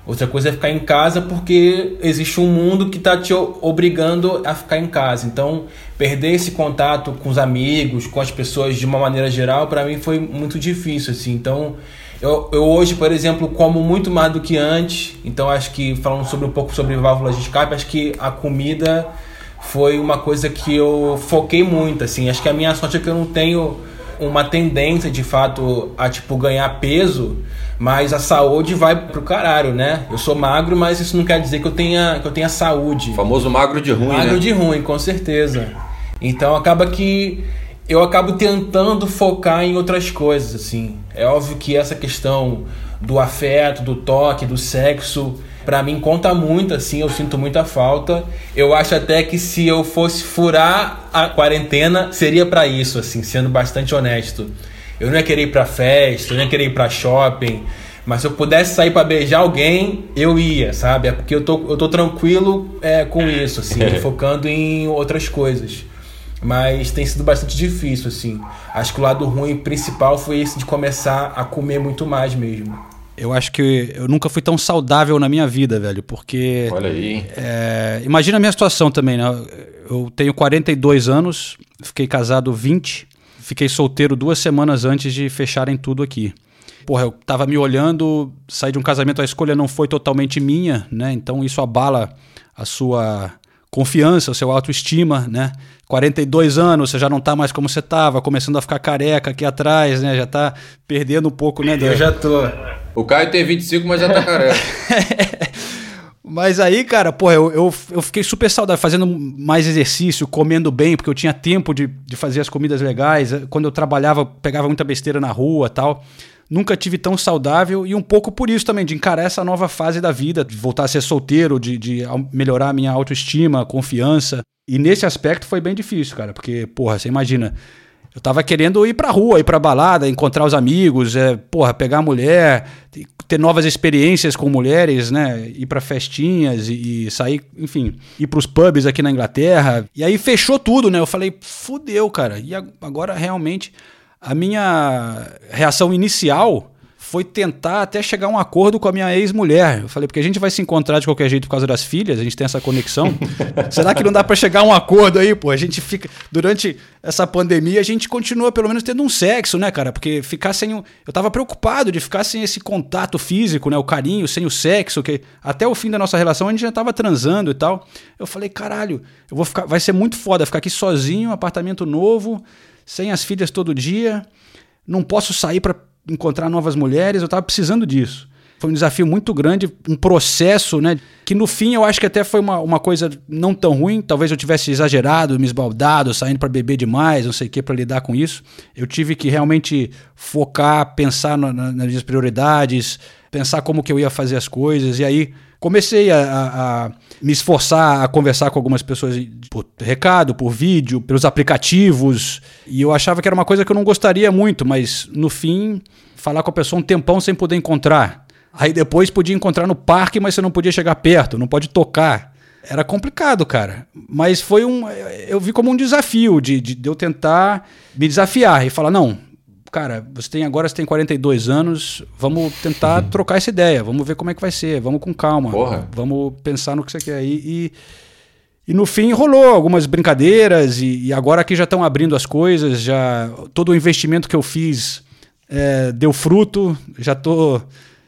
Outra coisa é ficar em casa porque existe um mundo que está te obrigando a ficar em casa. Então, perder esse contato com os amigos, com as pessoas de uma maneira geral, para mim foi muito difícil, assim. Então, eu, eu hoje, por exemplo, como muito mais do que antes. Então, acho que, falando sobre um pouco sobre válvulas de escape, acho que a comida foi uma coisa que eu foquei muito, assim. Acho que a minha sorte é que eu não tenho uma tendência, de fato, a, tipo, ganhar peso, mas a saúde vai pro caralho, né? Eu sou magro, mas isso não quer dizer que eu tenha, que eu tenha saúde. O famoso magro de ruim, magro né? de ruim, com certeza. Então acaba que eu acabo tentando focar em outras coisas, assim. É óbvio que essa questão do afeto, do toque, do sexo, pra mim conta muito, assim, eu sinto muita falta. Eu acho até que se eu fosse furar a quarentena, seria pra isso, assim, sendo bastante honesto. Eu não ia querer ir pra festa, eu não ia querer ir pra shopping, mas se eu pudesse sair pra beijar alguém, eu ia, sabe? É porque eu tô, eu tô tranquilo é, com isso, assim, focando em outras coisas. Mas tem sido bastante difícil, assim. Acho que o lado ruim principal foi esse de começar a comer muito mais mesmo. Eu acho que eu nunca fui tão saudável na minha vida, velho, porque... Olha aí. É, imagina a minha situação também, né? Eu tenho quarenta e dois anos, fiquei casado vinte, fiquei solteiro duas semanas antes de fecharem tudo aqui. Porra, eu tava me olhando, saí de um casamento, a escolha não foi totalmente minha, né? Então isso abala a sua confiança, o seu autoestima, né? quarenta e dois anos, você já não tá mais como você tava, começando a ficar careca aqui atrás, né? Já tá perdendo um pouco, né? Da... Eu já tô. O Caio tem vinte e cinco, mas já tá careca. Mas aí, cara, porra, eu, eu, eu fiquei super saudável, fazendo mais exercício, comendo bem, porque eu tinha tempo de, de fazer as comidas legais. Quando eu trabalhava, pegava muita besteira na rua e tal. Nunca tive tão saudável, e um pouco por isso também, de encarar essa nova fase da vida, de voltar a ser solteiro, de, de melhorar a minha autoestima, confiança. E nesse aspecto foi bem difícil, cara, porque, porra, você imagina, eu tava querendo ir pra rua, ir pra balada, encontrar os amigos, é, porra, pegar a mulher, ter novas experiências com mulheres, né, ir pra festinhas e, e sair, enfim, ir pros pubs aqui na Inglaterra. E aí fechou tudo, né, eu falei, fudeu, cara, e agora realmente a minha reação inicial foi tentar até chegar a um acordo com a minha ex-mulher. Eu falei, porque a gente vai se encontrar de qualquer jeito por causa das filhas, a gente tem essa conexão. Será que não dá pra chegar a um acordo aí, pô? A gente fica... Durante essa pandemia, a gente continua pelo menos tendo um sexo, né, cara? Porque ficar sem... o... Eu tava preocupado de ficar sem esse contato físico, né? O carinho, sem o sexo, que até o fim da nossa relação a gente já tava transando e tal. Eu falei, caralho, eu vou ficar... vai ser muito foda ficar aqui sozinho, apartamento novo, sem as filhas todo dia, não posso sair pra encontrar novas mulheres, eu tava precisando disso. Foi um desafio muito grande, um processo, né? Que no fim eu acho que até foi uma, uma coisa não tão ruim. Talvez eu tivesse exagerado, me esbaldado, saindo para beber demais, não sei o que, para lidar com isso. Eu tive que realmente focar, pensar na, na, nas minhas prioridades, pensar como que eu ia fazer as coisas. E aí comecei a, a, a me esforçar a conversar com algumas pessoas por recado, por vídeo, pelos aplicativos. E eu achava que era uma coisa que eu não gostaria muito, mas no fim, falar com a pessoa um tempão sem poder encontrar. Aí depois podia encontrar no parque, mas você não podia chegar perto, não pode tocar. Era complicado, cara. Mas foi um... eu vi como um desafio de, de, de eu tentar me desafiar e falar, não, cara, você tem agora você tem quarenta e dois anos, vamos tentar uhum. trocar essa ideia, vamos ver como é que vai ser, vamos com calma, Porra. vamos pensar no que você quer. E, e, e no fim rolou algumas brincadeiras e, e agora aqui já estão abrindo as coisas, já todo o investimento que eu fiz é, deu fruto, já tô...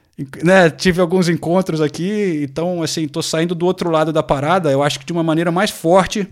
Né, tive alguns encontros aqui, então assim, tô saindo do outro lado da parada, eu acho que de uma maneira mais forte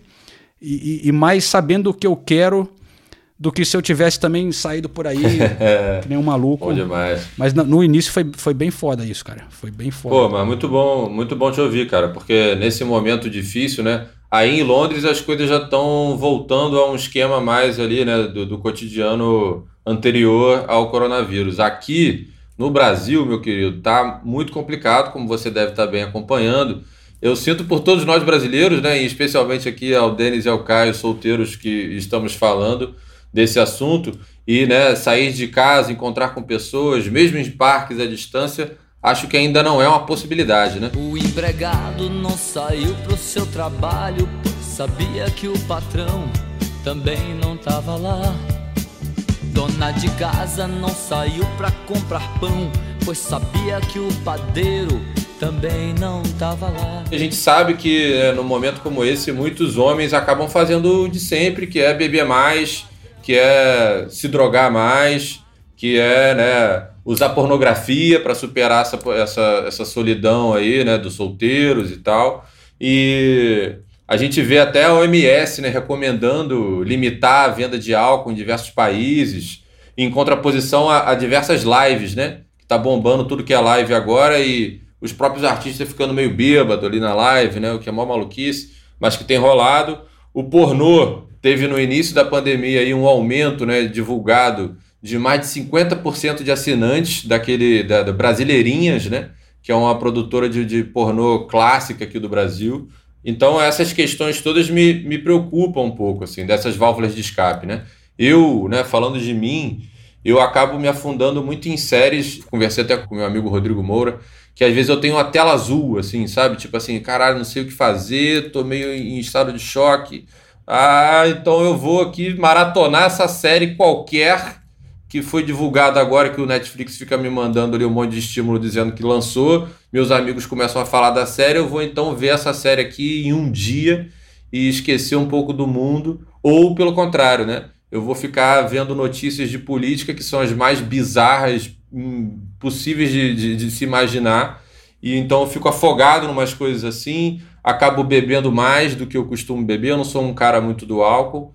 e, e, e mais sabendo o que eu quero do que se eu tivesse também saído por aí que nem um maluco. Bom demais. Mas no, no início foi, foi bem foda isso, cara, foi bem foda. Pô, mas muito bom, muito bom te ouvir, cara, porque nesse momento difícil, né, aí em Londres as coisas já estão voltando a um esquema mais ali, né, do, do cotidiano anterior ao coronavírus. Aqui no Brasil, meu querido, tá muito complicado, como você deve estar bem acompanhando. Eu sinto por todos nós brasileiros, né, e especialmente aqui ao Denis e ao Caio, solteiros que estamos falando desse assunto, e né, sair de casa, encontrar com pessoas, mesmo em parques à distância, acho que ainda não é uma possibilidade, né? O empregado não saiu pro seu trabalho, sabia que o patrão também não tava lá. Dona de casa não saiu pra comprar pão, pois sabia que o padeiro também não tava lá. A gente sabe que é, no momento como esse, muitos homens acabam fazendo o de sempre, que é beber mais, que é se drogar mais, que é, né, usar pornografia para superar essa, essa, essa solidão aí, né, dos solteiros e tal. E a gente vê até a O M S, né, recomendando limitar a venda de álcool em diversos países, em contraposição a, a diversas lives, né, que tá bombando tudo que é live agora e os próprios artistas ficando meio bêbado ali na live, né, o que é mó maluquice, mas que tem rolado. O pornô teve no início da pandemia aí um aumento, né, divulgado de mais de cinquenta por cento de assinantes daquele, da, da Brasileirinhas, né, que é uma produtora de, de pornô clássica aqui do Brasil. Então essas questões todas me, me preocupam um pouco, assim, dessas válvulas de escape, né. Eu, né, falando de mim, eu acabo me afundando muito em séries, conversei até com meu amigo Rodrigo Moura, que às vezes eu tenho uma tela azul, assim, sabe? Tipo assim, caralho, não sei o que fazer, tô meio em estado de choque. Ah, então eu vou aqui maratonar essa série qualquer que foi divulgada agora, que o Netflix fica me mandando ali um monte de estímulo dizendo que lançou. Meus amigos começam a falar da série, eu vou então ver essa série aqui em um dia e esquecer um pouco do mundo. Ou pelo contrário, né? Eu vou ficar vendo notícias de política que são as mais bizarras hum, possíveis de, de, de se imaginar. E então eu fico afogado em umas coisas assim, acabo bebendo mais do que eu costumo beber. Eu não sou um cara muito do álcool,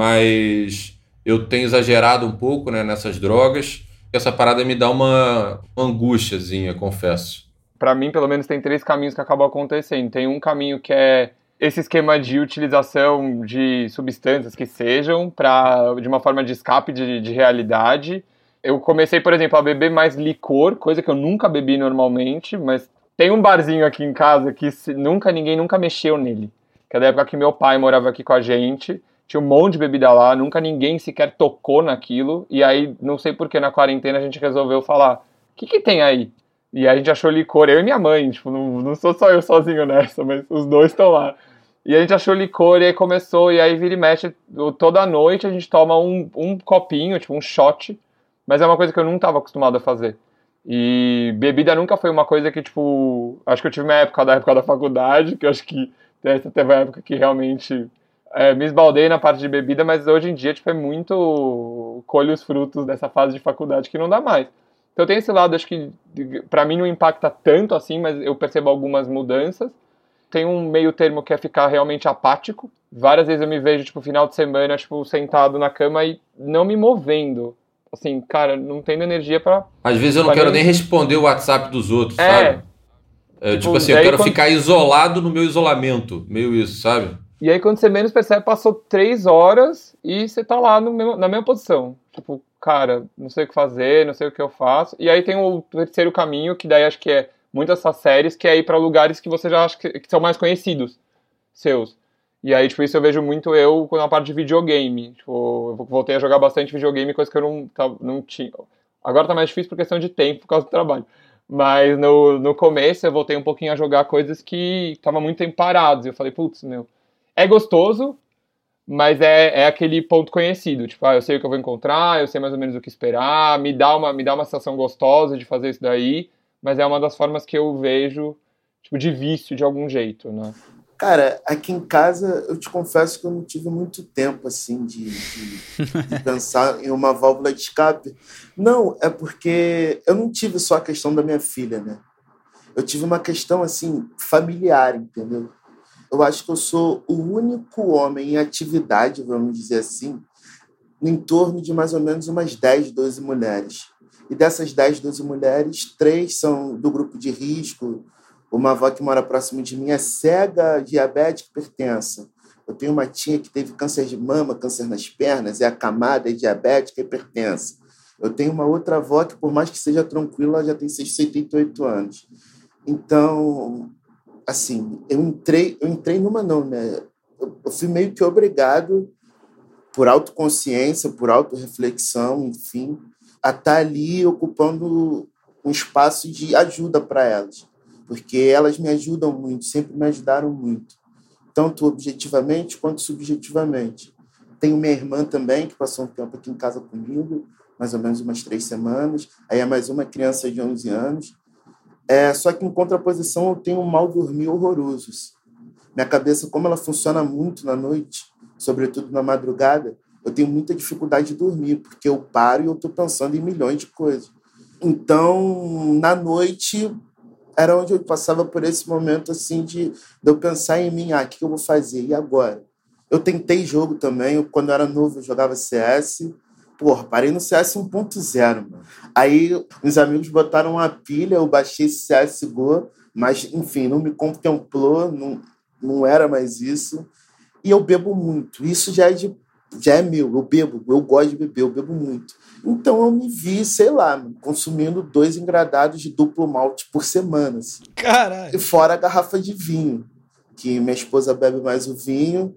mas eu tenho exagerado um pouco, né, nessas drogas. Essa parada me dá uma angústiazinha, confesso. Para mim, pelo menos, tem três caminhos que acabam acontecendo. Tem um caminho que é esse esquema de utilização de substâncias que sejam pra, de uma forma de escape de, de realidade. Eu comecei, por exemplo, a beber mais licor, coisa que eu nunca bebi normalmente, mas tem um barzinho aqui em casa que se, nunca ninguém nunca mexeu nele. Que é da época que meu pai morava aqui com a gente, tinha um monte de bebida lá, nunca ninguém sequer tocou naquilo, e aí, não sei por que na quarentena a gente resolveu falar, o que que tem aí? E aí a gente achou licor, eu e minha mãe, tipo, não, não sou só eu sozinho nessa, mas os dois estão lá. E a gente achou licor e aí começou, e aí vira e mexe, toda noite a gente toma um, um copinho, tipo um shot, mas é uma coisa que eu não estava acostumado a fazer. E bebida nunca foi uma coisa que, tipo, acho que eu tive uma época da época da faculdade, que eu acho que essa teve uma época que realmente é, me esbaldei na parte de bebida, mas hoje em dia, tipo, é muito colho os frutos dessa fase de faculdade que não dá mais. Então tem esse lado, acho que pra mim não impacta tanto assim, mas eu percebo algumas mudanças. Tem um meio termo que é ficar realmente apático. Várias vezes eu me vejo, tipo, final de semana, tipo, sentado na cama e não me movendo. Assim, cara, não tendo energia pra... Às vezes eu não quero nem responder o WhatsApp dos outros, é, sabe? É, tipo, tipo assim, eu quero quando... ficar isolado no meu isolamento. Meio isso, sabe? E aí quando você menos percebe, passou três horas e você tá lá no mesmo, na mesma posição. Tipo, cara, não sei o que fazer, não sei o que eu faço. E aí tem o terceiro caminho, que daí acho que é muitas dessas séries, que é ir pra lugares que você já acha que, que são mais conhecidos seus. E aí, tipo, isso eu vejo muito eu na parte de videogame. Tipo, eu voltei a jogar bastante videogame, coisa que eu não, não tinha. Agora tá mais difícil por questão de tempo, por causa do trabalho. Mas no, no começo eu voltei um pouquinho a jogar coisas que tava muito tempo parados. E eu falei, putz, meu, é gostoso, mas é, é aquele ponto conhecido. Tipo, ah, eu sei o que eu vou encontrar, eu sei mais ou menos o que esperar, me dá uma, me dá uma sensação gostosa de fazer isso daí, mas é uma das formas que eu vejo, tipo, de vício de algum jeito, né? Cara, aqui em casa, eu te confesso que eu não tive muito tempo, assim, de, de, de pensar em uma válvula de escape. Não, é porque eu não tive só a questão da minha filha, né? Eu tive uma questão, assim, familiar, entendeu? Eu acho que eu sou o único homem em atividade, vamos dizer assim, em torno de mais ou menos umas dez, doze mulheres. E dessas dez, doze mulheres, três são do grupo de risco. Uma avó que mora próximo de mim é cega, diabética e hipertensa. Eu tenho uma tia que teve câncer de mama, câncer nas pernas, é acamada, é diabética e hipertensa. Eu tenho uma outra avó que, por mais que seja tranquila, ela já tem sessenta e oito anos. Então, assim, eu entrei, eu entrei numa não, né? Eu, eu fui meio que obrigado, por autoconsciência, por autorreflexão, enfim, a estar ali ocupando um espaço de ajuda para elas. Porque elas me ajudam muito, sempre me ajudaram muito, tanto objetivamente quanto subjetivamente. Tenho minha irmã também, que passou um tempo aqui em casa comigo, mais ou menos umas três semanas, aí é mais uma criança de onze anos. É, só que em contraposição eu tenho um mal dormir horroroso. Minha cabeça, como ela funciona muito na noite, sobretudo na madrugada, eu tenho muita dificuldade de dormir, porque eu paro e eu estou pensando em milhões de coisas. Então, na noite, era onde eu passava por esse momento assim de, de eu pensar em mim, ah, o que eu vou fazer? E agora? Eu tentei jogo também, eu, quando eu era novo eu jogava C S, porra, parei no C S um ponto zero, mano. Aí, os amigos botaram uma pilha, eu baixei C S G O, mas, enfim, não me contemplou, não, não era mais isso. E eu bebo muito, isso já é, de, já é meu, eu bebo, eu gosto de beber, eu bebo muito. Então eu me vi, sei lá, consumindo dois engradados de duplo malte por semana. Assim. Caralho! E fora a garrafa de vinho, que minha esposa bebe mais o vinho,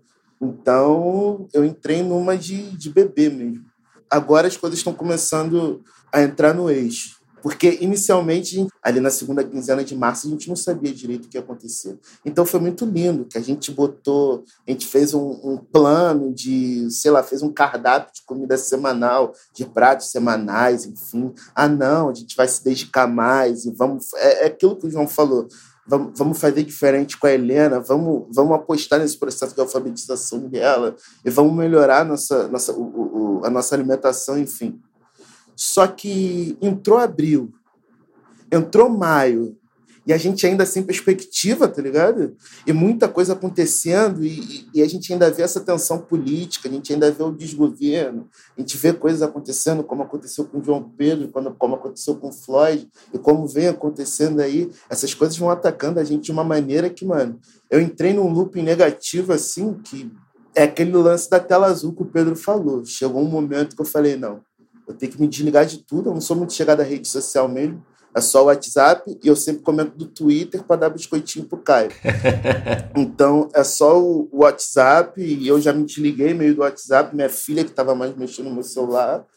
então eu entrei numa de, de beber mesmo. Agora as coisas estão começando a entrar no eixo. Porque, inicialmente, ali na segunda quinzena de março, a gente não sabia direito o que ia acontecer. Então, foi muito lindo que a gente botou, a gente fez um, um plano de, sei lá, fez um cardápio de comida semanal, de pratos semanais, enfim. Ah, não, a gente vai se dedicar mais e vamos... É, é aquilo que o João falou. Vamos, vamos fazer diferente com a Helena, vamos, vamos apostar nesse processo de alfabetização dela e vamos melhorar a nossa, nossa, o, o, a nossa alimentação, enfim. Só que entrou abril, entrou maio, e a gente ainda sem perspectiva, tá ligado? E muita coisa acontecendo, e, e a gente ainda vê essa tensão política, a gente ainda vê o desgoverno, a gente vê coisas acontecendo, como aconteceu com o João Pedro, como, como aconteceu com o Floyd, e como vem acontecendo aí, essas coisas vão atacando a gente de uma maneira que, mano, eu entrei num looping negativo, assim, que é aquele lance da tela azul que o Pedro falou. Chegou um momento que eu falei, não, eu tenho que me desligar de tudo, eu não sou muito chegada à rede social mesmo, é só o WhatsApp e eu sempre comento do Twitter para dar biscoitinho pro Caio. Então, é só o WhatsApp e eu já me desliguei meio do WhatsApp, minha filha que estava mais mexendo no meu celular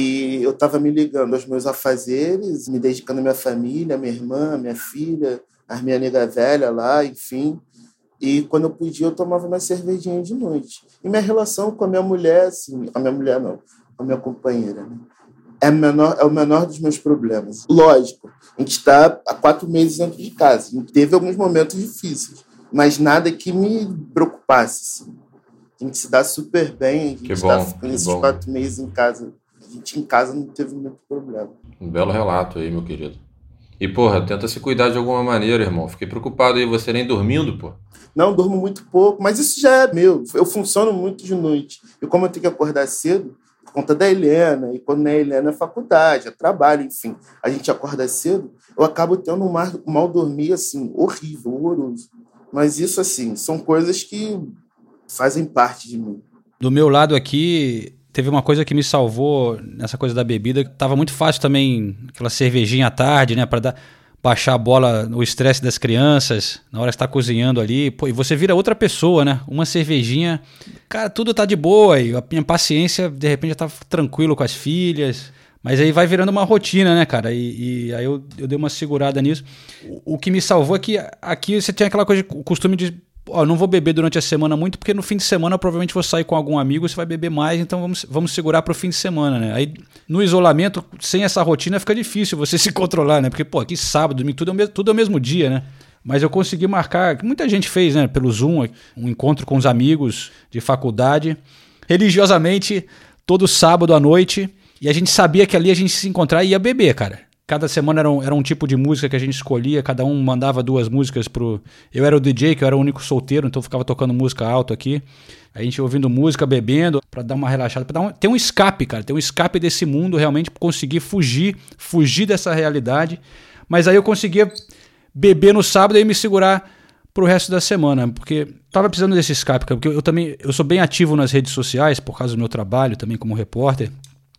e eu estava me ligando aos meus afazeres, me dedicando à minha família, à minha irmã, à minha filha, à minha nega velha lá, enfim. E quando eu podia, eu tomava uma cervejinha de noite. E minha relação com a minha mulher, assim, a minha mulher não, a minha companheira, né? É, menor, é o menor dos meus problemas. Lógico, a gente está há quatro meses dentro de casa. A gente teve alguns momentos difíceis, mas nada que me preocupasse. Assim. A gente se dá super bem, a gente está ficando esses bom. quatro meses em casa. A gente em casa não teve muito problema. Um belo relato aí, meu querido. E, porra, tenta se cuidar de alguma maneira, irmão. Fiquei preocupado aí, você nem dormindo, pô. Não, durmo muito pouco, mas isso já é meu. Eu funciono muito de noite. E como eu tenho que acordar cedo, por conta da Helena, e quando não é Helena é faculdade, é trabalho, enfim, a gente acorda cedo, eu acabo tendo um mal, um mal dormir, assim, horrível, horroroso. Mas isso, assim, são coisas que fazem parte de mim. Do meu lado aqui, teve uma coisa que me salvou nessa coisa da bebida, que tava muito fácil também, aquela cervejinha à tarde, né, para dar... baixar a bola, o estresse das crianças, na hora que está cozinhando ali, pô, e você vira outra pessoa, né? Uma cervejinha, cara, tudo tá de boa, e a minha paciência, de repente, já tá tranquilo com as filhas, mas aí vai virando uma rotina, né, cara? E, e aí eu, eu dei uma segurada nisso. O, o que me salvou é que aqui você tem aquela coisa, o costume de, ó, não vou beber durante a semana muito, porque no fim de semana eu provavelmente vou sair com algum amigo, você vai beber mais, então vamos, vamos segurar pro fim de semana, né? Aí no isolamento, sem essa rotina, fica difícil você se controlar, né? Porque, pô, aqui sábado, domingo, tudo é o mesmo, tudo é o mesmo dia, né? Mas eu consegui marcar, que muita gente fez, né? Pelo Zoom, um encontro com os amigos de faculdade, religiosamente, todo sábado à noite, e a gente sabia que ali a gente se encontrar e ia beber, cara. Cada semana era um, era um tipo de música que a gente escolhia, cada um mandava duas músicas pro... Eu era o D J, que eu era o único solteiro, então eu ficava tocando música alto aqui. A gente ouvindo música, bebendo, pra dar uma relaxada, pra dar um... ter um escape, cara, ter um escape desse mundo, realmente conseguir fugir, fugir dessa realidade. Mas aí eu conseguia beber no sábado e me segurar pro resto da semana, porque tava precisando desse escape, cara, porque eu também, eu sou bem ativo nas redes sociais, por causa do meu trabalho também como repórter,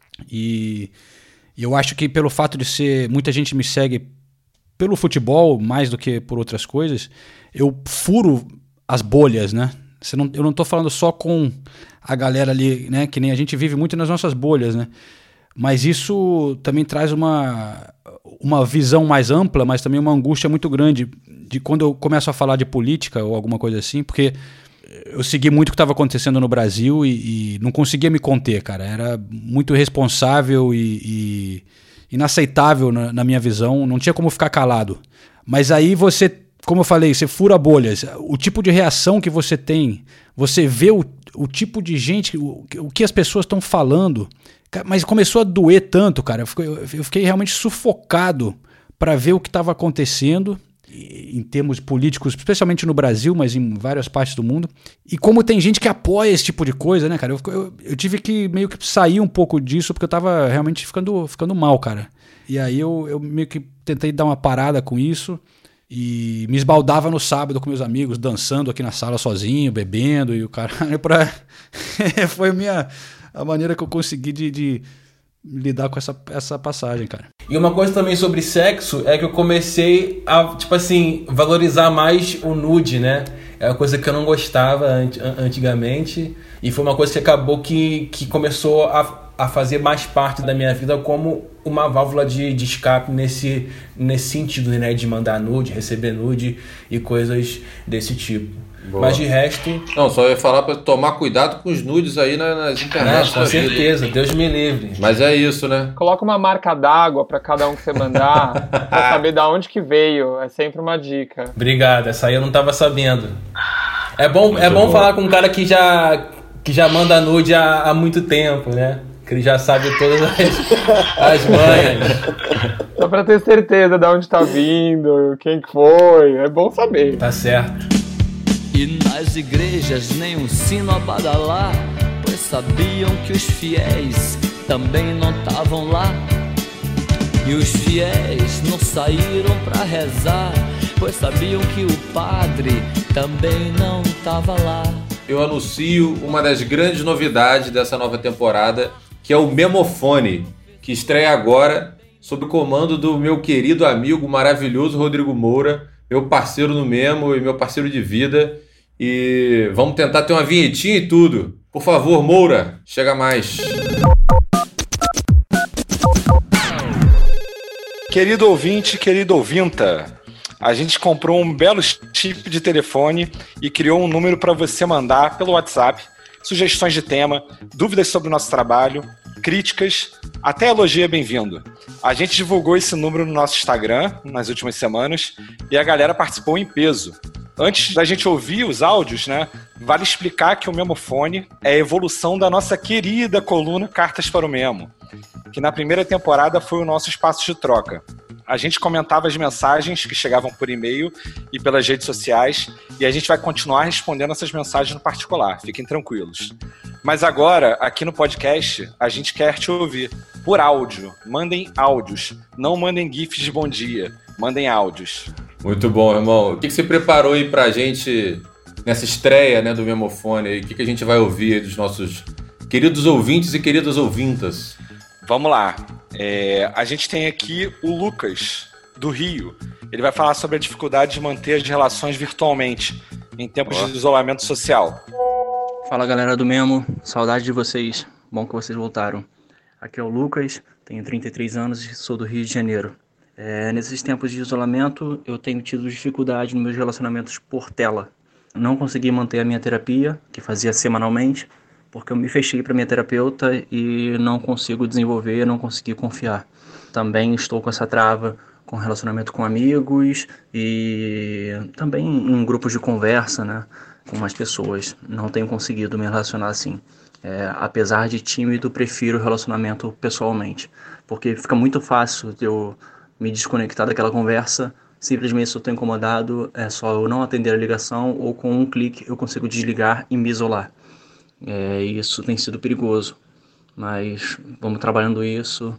e... E eu acho que pelo fato de ser... Muita gente me segue pelo futebol, mais do que por outras coisas, eu furo as bolhas, né? Você não, eu não tô falando só com a galera ali, né? Que nem a gente vive muito nas nossas bolhas, né? Mas isso também traz uma, uma visão mais ampla, mas também uma angústia muito grande de quando eu começo a falar de política ou alguma coisa assim, porque... Eu segui muito o que estava acontecendo no Brasil e, e não conseguia me conter, cara. Era muito irresponsável e, e, inaceitável na, na minha visão, não tinha como ficar calado. Mas aí você, como eu falei, você fura bolhas. O tipo de reação que você tem, você vê o, o tipo de gente, o, o que as pessoas estão falando, mas começou a doer tanto, cara. Eu fiquei, eu fiquei realmente sufocado para ver o que estava acontecendo em termos políticos, especialmente no Brasil, mas em várias partes do mundo. E como tem gente que apoia esse tipo de coisa, né, cara? Eu, eu, eu tive que meio que sair um pouco disso, porque eu tava realmente ficando, ficando mal, cara. E aí eu, eu meio que tentei dar uma parada com isso e me esbaldava no sábado com meus amigos, dançando aqui na sala sozinho, bebendo e o caralho. Pra... Foi a, minha, a maneira que eu consegui de... de lidar com essa, essa passagem, cara. E uma coisa também sobre sexo é que eu comecei a, tipo assim, valorizar mais o nude, né? É uma coisa que eu não gostava antigamente e foi uma coisa que acabou que, que começou a, a fazer mais parte da minha vida como uma válvula de, de escape nesse, nesse sentido, né? De mandar nude, receber nude e coisas desse tipo. Boa. Mas de resto... Não, só ia falar para tomar cuidado com os nudes aí nas internet. Não, com certeza, vida. Deus me livre. Mas é isso, né? Coloca uma marca d'água para cada um que você mandar, para saber de onde que veio. É sempre uma dica. Obrigado, essa aí eu não tava sabendo. É bom, é bom, bom falar com um cara que já, que já manda nude há, há muito tempo, né? Que ele já sabe todas as, as manhas. Só para ter certeza de onde tá vindo, quem que foi. É bom saber. Tá certo. E nas igrejas nem um sino a badalar, pois sabiam que os fiéis também não estavam lá. E os fiéis não saíram pra rezar, pois sabiam que o padre também não estava lá. Eu anuncio uma das grandes novidades dessa nova temporada, que é o Memofone, que estreia agora sob o comando do meu querido amigo maravilhoso Rodrigo Moura, meu parceiro no Memo e meu parceiro de vida. E vamos tentar ter uma vinhetinha e tudo. Por favor, Moura, chega mais. Querido ouvinte, querido ouvinta, a gente comprou um belo chip de telefone e criou um número para você mandar pelo WhatsApp sugestões de tema, dúvidas sobre o nosso trabalho, críticas, até elogio é bem-vindo. A gente divulgou esse número no nosso Instagram nas últimas semanas e a galera participou em peso. Antes da gente ouvir os áudios, né, vale explicar que o Memofone é a evolução da nossa querida coluna Cartas para o Memo, que na primeira temporada foi o nosso espaço de troca. A gente comentava as mensagens que chegavam por e-mail e pelas redes sociais e a gente vai continuar respondendo essas mensagens no particular, fiquem tranquilos. Mas agora, aqui no podcast, a gente quer te ouvir por áudio. Mandem áudios, não mandem gifs de bom dia, mandem áudios. Muito bom, irmão. O que você preparou aí pra gente nessa estreia, né, do Memofone? Aí? O que a gente vai ouvir aí dos nossos queridos ouvintes e queridas ouvintas? Vamos lá. É, a gente tem aqui o Lucas, do Rio. Ele vai falar sobre a dificuldade de manter as relações virtualmente em tempos oh. de isolamento social. Fala, galera do Memo. Saudade de vocês. Bom que vocês voltaram. Aqui é o Lucas, tenho trinta e três anos e sou do Rio de Janeiro. É, nesses tempos de isolamento, eu tenho tido dificuldade nos meus relacionamentos por tela. Não consegui manter a minha terapia, que fazia semanalmente, porque eu me fechei para minha terapeuta e não consigo desenvolver, não consegui confiar. Também estou com essa trava com relacionamento com amigos e também em grupos de conversa, né, com mais pessoas. Não tenho conseguido me relacionar assim. É, apesar de tímido, prefiro o relacionamento pessoalmente, porque fica muito fácil de eu me desconectar daquela conversa, simplesmente se eu estou incomodado, é só eu não atender a ligação ou com um clique eu consigo desligar e me isolar. É, isso tem sido perigoso, mas vamos trabalhando isso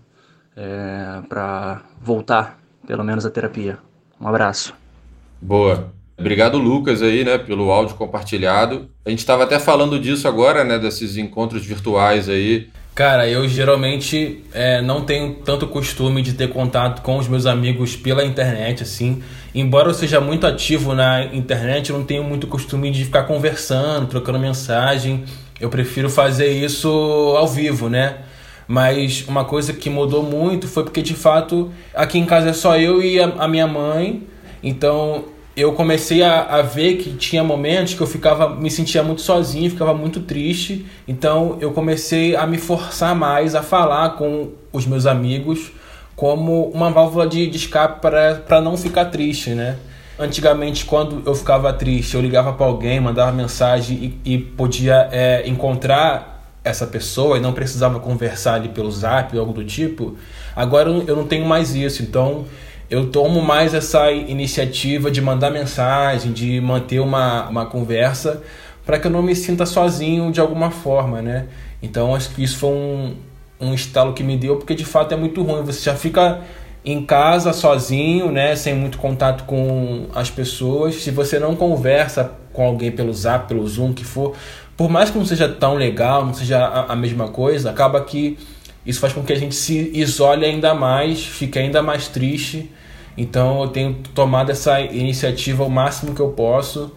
é, para voltar, pelo menos, à terapia. Um abraço. Boa. Obrigado, Lucas, aí, né, pelo áudio compartilhado. A gente estava até falando disso agora, né, desses encontros virtuais aí. Cara, eu geralmente é, não tenho tanto costume de ter contato com os meus amigos pela internet, assim. Embora eu seja muito ativo na internet, eu não tenho muito costume de ficar conversando, trocando mensagem. Eu prefiro fazer isso ao vivo, né? Mas uma coisa que mudou muito foi porque, de fato, aqui em casa é só eu e a, a minha mãe. Então eu comecei a, a ver que tinha momentos que eu ficava, me sentia muito sozinho, ficava muito triste. Então eu comecei a me forçar mais a falar com os meus amigos como uma válvula de, de escape para não ficar triste, né? Antigamente, quando eu ficava triste, eu ligava para alguém, mandava mensagem e, e podia é, encontrar essa pessoa e não precisava conversar ali pelo Zap ou algo do tipo. Agora eu não tenho mais isso, então eu tomo mais essa iniciativa de mandar mensagem, de manter uma, uma conversa, para que eu não me sinta sozinho de alguma forma, né? Então acho que isso foi um, um estalo que me deu, porque de fato é muito ruim. Você já fica em casa sozinho, né, sem muito contato com as pessoas. Se você não conversa com alguém pelo Zap, pelo Zoom, que for, por mais que não seja tão legal, não seja a, a mesma coisa, acaba que isso faz com que a gente se isole ainda mais, fique ainda mais triste. Então eu tenho tomado essa iniciativa o máximo que eu posso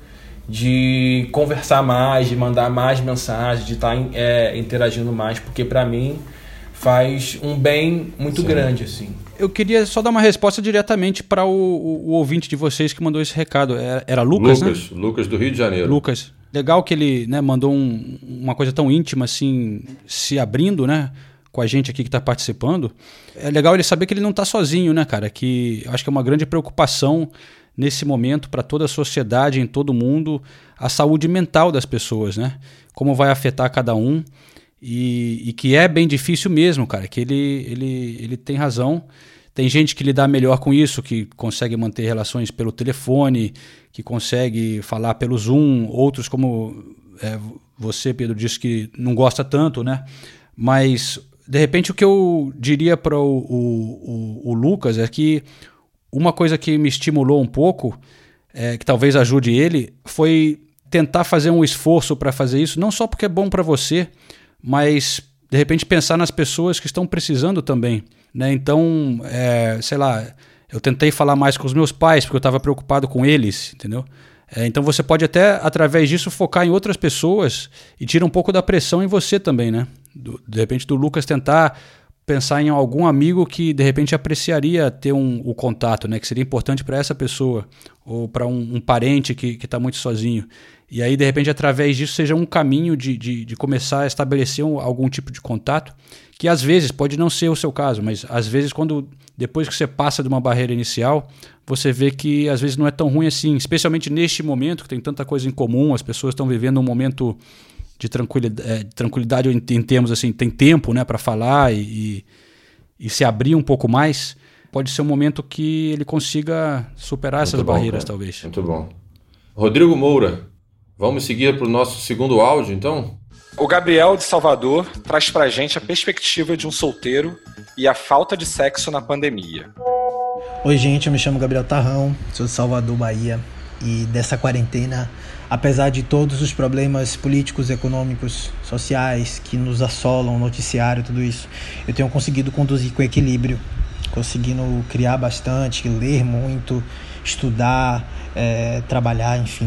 de conversar mais, de mandar mais mensagens, de estar é, interagindo mais, porque para mim faz um bem muito Sim. grande, assim. Eu queria só dar uma resposta diretamente para o, o, o ouvinte de vocês que mandou esse recado. Era, era Lucas, Lucas, né? Lucas do Rio de Janeiro. Lucas. Legal que ele, né, mandou um, uma coisa tão íntima, assim, se abrindo, né, com a gente aqui que está participando. É legal ele saber que ele não está sozinho, né, cara? Que eu acho que é uma grande preocupação nesse momento para toda a sociedade, em todo mundo, a saúde mental das pessoas, né? Como vai afetar cada um. E, e que é bem difícil mesmo, cara, que ele, ele, ele tem razão. Tem gente que lida melhor com isso, que consegue manter relações pelo telefone, que consegue falar pelo Zoom. Outros, como é, você, Pedro, disse que não gosta tanto, né? Mas, de repente, o que eu diria para o, o, o Lucas é que uma coisa que me estimulou um pouco, é, que talvez ajude ele, foi tentar fazer um esforço para fazer isso, não só porque é bom para você, mas, de repente, pensar nas pessoas que estão precisando também, né? Então, é, sei lá, eu tentei falar mais com os meus pais, porque eu estava preocupado com eles, entendeu? É, então, você pode até, através disso, focar em outras pessoas e tira um pouco da pressão em você também, né? Do, de repente, do Lucas tentar pensar em algum amigo que, de repente, apreciaria ter um, o contato, né? Que seria importante para essa pessoa, ou para um, um parente que está muito sozinho. E aí, de repente, através disso, seja um caminho de, de, de começar a estabelecer um, algum tipo de contato, que às vezes, pode não ser o seu caso, mas às vezes, quando depois que você passa de uma barreira inicial, você vê que às vezes não é tão ruim assim, especialmente neste momento, que tem tanta coisa em comum, as pessoas estão vivendo um momento de tranquilidade, é, de tranquilidade em termos assim, tem tempo, né, para falar e, e, e se abrir um pouco mais, pode ser um momento que ele consiga superar muito essas bom, barreiras, cara. Talvez. Muito bom. Rodrigo Moura, vamos seguir para o nosso segundo áudio, então? O Gabriel, de Salvador, traz pra gente a perspectiva de um solteiro e a falta de sexo na pandemia. Oi, gente, eu me chamo Gabriel Tarrão, sou de Salvador, Bahia, e dessa quarentena, apesar de todos os problemas políticos, econômicos, sociais que nos assolam, noticiário, tudo isso, eu tenho conseguido conduzir com equilíbrio, conseguindo criar bastante, ler muito, estudar, é, trabalhar, enfim.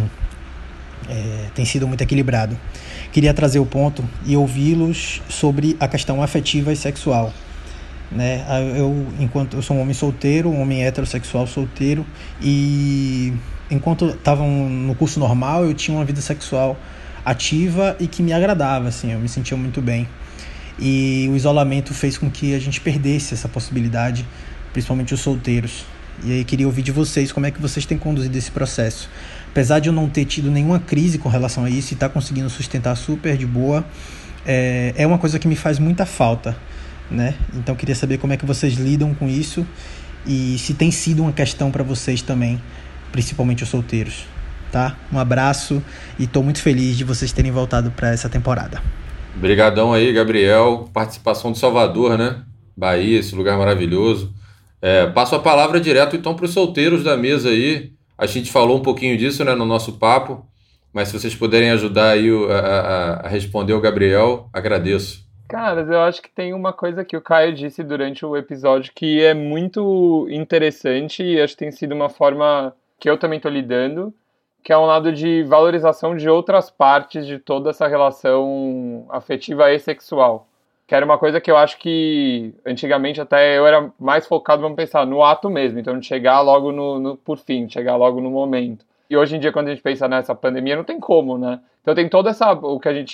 É, tem sido muito equilibrado. Queria trazer o ponto e ouvi-los sobre a questão afetiva e sexual, né? Eu, enquanto eu sou um homem solteiro, um homem heterossexual solteiro, e enquanto estava no curso normal, eu tinha uma vida sexual ativa e que me agradava, assim, eu me sentia muito bem. E o isolamento fez com que a gente perdesse essa possibilidade, principalmente os solteiros. E aí queria ouvir de vocês como é que vocês têm conduzido esse processo. Apesar de eu não ter tido nenhuma crise com relação a isso e estar tá conseguindo sustentar super de boa, é, é uma coisa que me faz muita falta, né? Então queria saber como é que vocês lidam com isso e se tem sido uma questão para vocês também, principalmente os solteiros, tá? Um abraço e estou muito feliz de vocês terem voltado para essa temporada. Obrigadão aí, Gabriel. Participação de Salvador, né? Bahia, esse lugar maravilhoso. É, passo a palavra direto então para os solteiros da mesa aí. A gente falou um pouquinho disso, né, no nosso papo, mas se vocês puderem ajudar aí a, a, a responder o Gabriel, agradeço. Cara, eu acho que tem uma coisa que o Caio disse durante o episódio que é muito interessante e acho que tem sido uma forma que eu também estou lidando, que é um lado de valorização de outras partes de toda essa relação afetiva e sexual. Que era uma coisa que eu acho que antigamente até eu era mais focado, vamos pensar, no ato mesmo. Então, de chegar logo no, no, por fim, de chegar logo no momento. E hoje em dia, quando a gente pensa nessa pandemia, não tem como, né? Então tem toda essa, o que a gente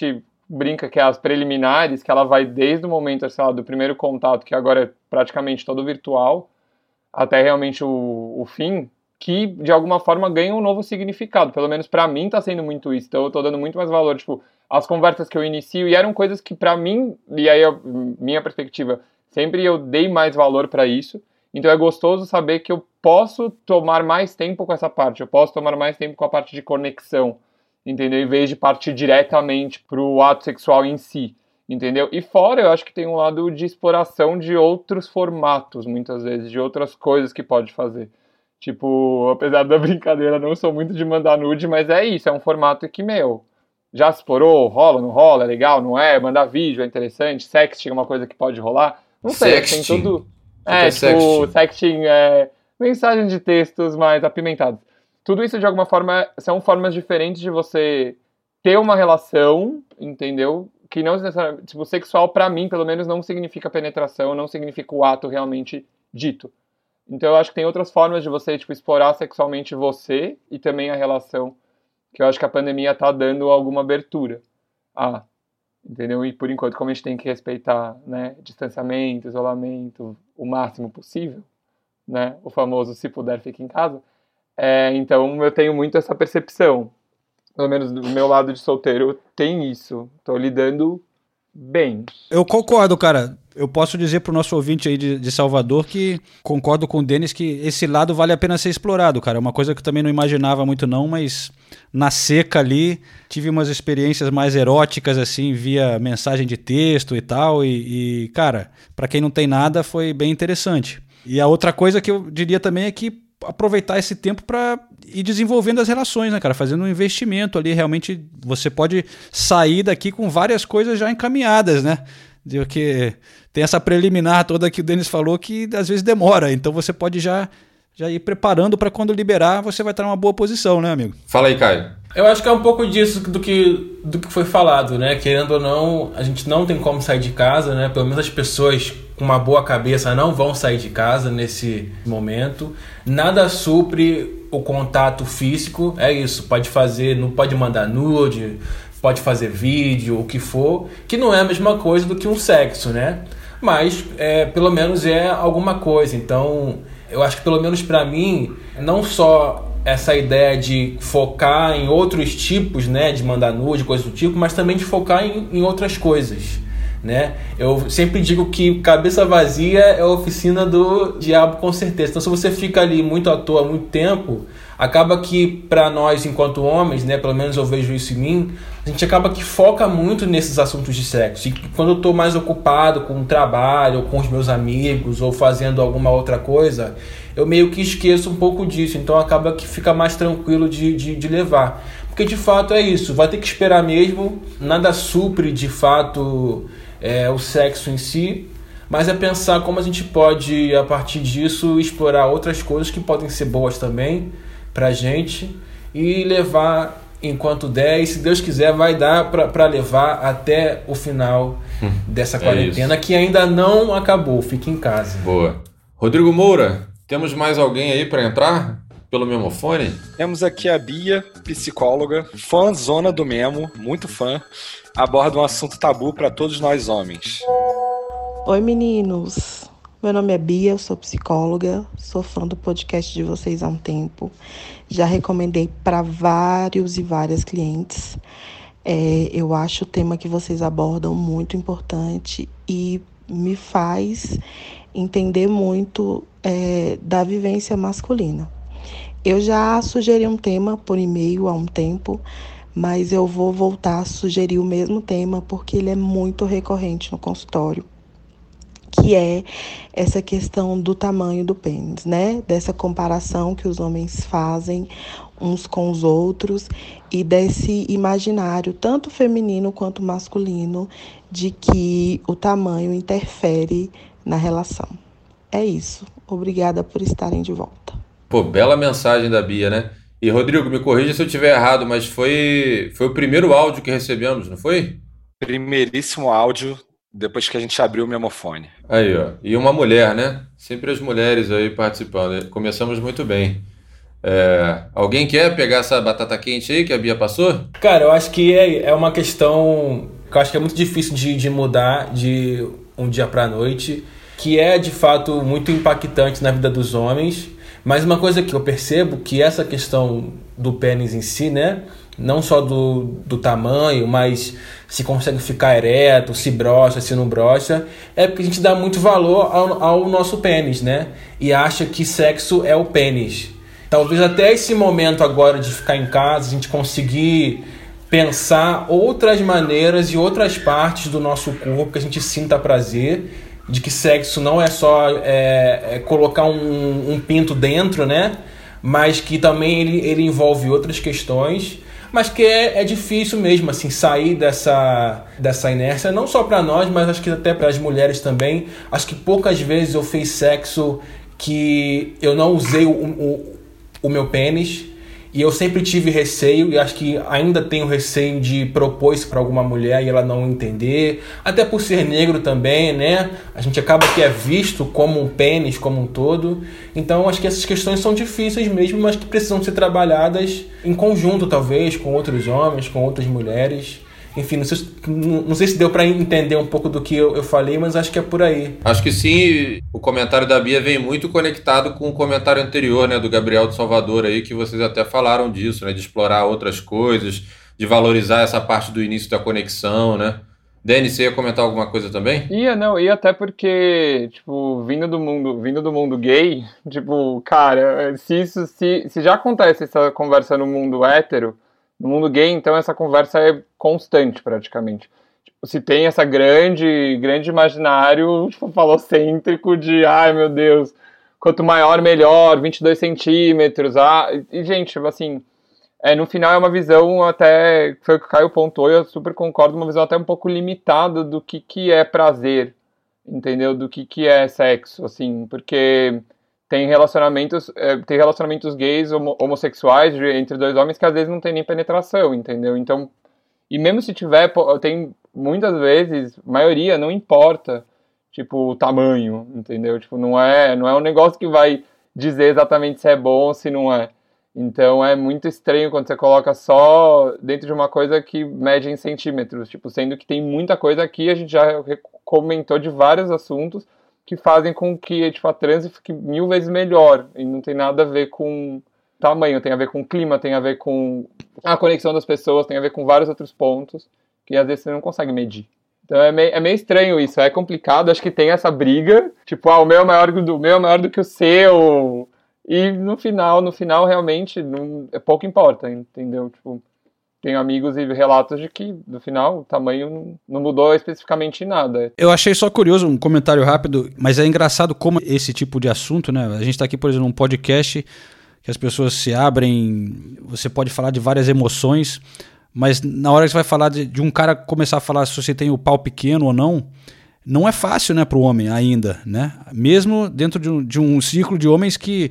brinca que é as preliminares, que ela vai desde o momento, sei lá, do primeiro contato, que agora é praticamente todo virtual, até realmente o, o fim, que de alguma forma ganha um novo significado. Pelo menos pra mim tá sendo muito isso. Então eu tô dando muito mais valor, tipo, às conversas que eu inicio, e eram coisas que pra mim, e aí eu, minha perspectiva, sempre eu dei mais valor pra isso. Então é gostoso saber que eu posso tomar mais tempo com essa parte, eu posso tomar mais tempo com a parte de conexão, entendeu? Em vez de partir diretamente pro ato sexual em si, entendeu? E fora, eu acho que tem um lado de exploração de outros formatos, muitas vezes, de outras coisas que pode fazer. Tipo, apesar da brincadeira, não sou muito de mandar nude, mas é isso, é um formato que, meu, já explorou, rola, não rola, é legal, não é? Mandar vídeo é interessante, sexting é uma coisa que pode rolar, não sei, tem tudo... É, é, tipo, sexting, é, mensagem de textos mais apimentados. Tudo isso, de alguma forma, são formas diferentes de você ter uma relação, entendeu? Que não necessariamente, tipo, sexual, pra mim, pelo menos, não significa penetração, não significa o ato realmente dito. Então, eu acho que tem outras formas de você, tipo, explorar sexualmente você e também a relação, que eu acho que a pandemia tá dando alguma abertura. Ah, entendeu? E, por enquanto, como a gente tem que respeitar, né, distanciamento, isolamento, o máximo possível, né, o famoso se puder fique em casa, é, então eu tenho muito essa percepção, pelo menos do meu lado de solteiro tem isso, tô lidando bem. Eu concordo, cara. Eu posso dizer pro nosso ouvinte aí de, de Salvador que concordo com o Denis que esse lado vale a pena ser explorado, cara. É uma coisa que eu também não imaginava muito não, mas na seca ali tive umas experiências mais eróticas, assim, via mensagem de texto e tal, e, e cara, pra quem não tem nada foi bem interessante. E a outra coisa que eu diria também é que aproveitar esse tempo para ir desenvolvendo as relações, né, cara? Fazendo um investimento ali, realmente você pode sair daqui com várias coisas já encaminhadas, né? Porque tem essa preliminar toda que o Denis falou que às vezes demora, então você pode já, já ir preparando para quando liberar você vai estar numa boa posição, né, amigo? Fala aí, Caio. Eu acho que é um pouco disso do que, do que foi falado, né? Querendo ou não, a gente não tem como sair de casa, né? Pelo menos as pessoas com uma boa cabeça não vão sair de casa nesse momento. Nada supre o contato físico, é isso. Pode fazer, não pode mandar nude, pode fazer vídeo, o que for, que não é a mesma coisa do que um sexo, né? Mas é, pelo menos é alguma coisa. Então, eu acho que pelo menos para mim, não só essa ideia de focar em outros tipos, né, de mandar nude, coisas do tipo, mas também de focar em, em outras coisas, né? Eu sempre digo que cabeça vazia é a oficina do diabo, com certeza. Então, se você fica ali muito à toa, muito tempo, acaba que para nós, enquanto homens, né, pelo menos eu vejo isso em mim, a gente acaba que foca muito nesses assuntos de sexo. E quando eu estou mais ocupado com o trabalho, ou com os meus amigos, ou fazendo alguma outra coisa, eu meio que esqueço um pouco disso. Então acaba que fica mais tranquilo de, de, de levar. Porque de fato é isso, vai ter que esperar mesmo, nada supre de fato é, o sexo em si, mas é pensar como a gente pode, a partir disso, explorar outras coisas que podem ser boas também pra gente e levar enquanto der, e se Deus quiser vai dar para levar até o final hum, dessa quarentena, é que ainda não acabou, fique em casa. Boa. Rodrigo Moura, temos mais alguém aí para entrar pelo Memofone? Temos aqui a Bia, psicóloga, fãzona do Memo, muito fã, aborda um assunto tabu para todos nós homens. Oi meninos, meu nome é Bia, eu sou psicóloga, sou fã do podcast de vocês há um tempo. Já recomendei para vários e várias clientes. É, eu acho o tema que vocês abordam muito importante e me faz entender muito é, da vivência masculina. Eu já sugeri um tema por e-mail há um tempo, mas eu vou voltar a sugerir o mesmo tema porque ele é muito recorrente no consultório, que é essa questão do tamanho do pênis, né? Dessa comparação que os homens fazem uns com os outros e desse imaginário, tanto feminino quanto masculino, de que o tamanho interfere na relação. É isso. Obrigada por estarem de volta. Pô, bela mensagem da Bia, né? E, Rodrigo, me corrija se eu estiver errado, mas foi, foi o primeiro áudio que recebemos, não foi? Primeiríssimo áudio depois que a gente abriu o Memofone. Aí, ó. E uma mulher, né? Sempre as mulheres aí participando. Começamos muito bem. É... Alguém quer pegar essa batata quente aí que a Bia passou? Cara, eu acho que é, é uma questão que eu acho que é muito difícil de, de mudar de um dia para a noite, que é de fato muito impactante na vida dos homens. Mas uma coisa que eu percebo, que essa questão do pênis em si, né, não só do, do tamanho, mas se consegue ficar ereto, se brocha, se não brocha, é porque a gente dá muito valor ao, ao nosso pênis, né? E acha que sexo é o pênis. Talvez até esse momento agora de ficar em casa, a gente conseguir pensar outras maneiras e outras partes do nosso corpo que a gente sinta prazer, de que sexo não é só é, é colocar um, um pinto dentro, né? Mas que também ele, ele envolve outras questões, mas que é, é difícil mesmo assim, sair dessa, dessa inércia, não só para nós, mas acho que até para as mulheres também. Acho que poucas vezes eu fiz sexo que eu não usei o, o, o meu pênis, e eu sempre tive receio, e acho que ainda tenho receio de propor isso para alguma mulher e ela não entender, até por ser negro também, né? A gente acaba que é visto como um pênis, como um todo. Então acho que essas questões são difíceis mesmo, mas que precisam ser trabalhadas em conjunto, talvez, com outros homens, com outras mulheres. Enfim, não sei, não sei se deu para entender um pouco do que eu, eu falei, mas acho que é por aí. Acho que sim. O comentário da Bia vem muito conectado com o comentário anterior, né, do Gabriel de Salvador aí, que vocês até falaram disso, né, de explorar outras coisas, de valorizar essa parte do início da conexão, né? Denis, você ia comentar alguma coisa também? Ia, não, ia até porque, tipo, vindo do mundo, vindo do mundo gay, tipo, cara, se isso, se, se já acontece essa conversa no mundo hétero, no mundo gay, então, essa conversa é constante, praticamente. Tipo, se tem essa grande, grande imaginário, tipo, falocêntrico de, ai, meu Deus, quanto maior, melhor, vinte e dois centímetros, ah, e, gente, assim, é, no final é uma visão até, foi o que o Caio pontuou, eu super concordo, uma visão até um pouco limitada do que, que é prazer, entendeu? Do que, que é sexo, assim, porque tem relacionamentos, é, tem relacionamentos gays, homo, homossexuais, de, entre dois homens que às vezes não tem nem penetração, entendeu? Então, e mesmo se tiver, tem muitas vezes, maioria, não importa, tipo, o tamanho, entendeu? Tipo, não é, não é um negócio que vai dizer exatamente se é bom ou se não é. Então é muito estranho quando você coloca só dentro de uma coisa que mede em centímetros, tipo, sendo que tem muita coisa aqui, a gente já comentou de vários assuntos que fazem com que, tipo, a transe fique mil vezes melhor, e não tem nada a ver com tamanho, tem a ver com clima, tem a ver com a conexão das pessoas, tem a ver com vários outros pontos que às vezes você não consegue medir. Então é meio, é meio estranho isso, é complicado, acho que tem essa briga, tipo, ah, o meu é maior do, o meu é maior do que o seu, e no final, no final realmente não, é pouco importa, entendeu? Tipo, tenho amigos e relatos de que, no final, o tamanho não, não mudou especificamente em nada. Eu achei só curioso, um comentário rápido, mas é engraçado como esse tipo de assunto, né? A gente está aqui, por exemplo, num podcast que as pessoas se abrem, você pode falar de várias emoções, mas na hora que você vai falar de, de um cara começar a falar se você tem o pau pequeno ou não, não é fácil, né, para o homem ainda, né? Mesmo dentro de um, de um ciclo de homens que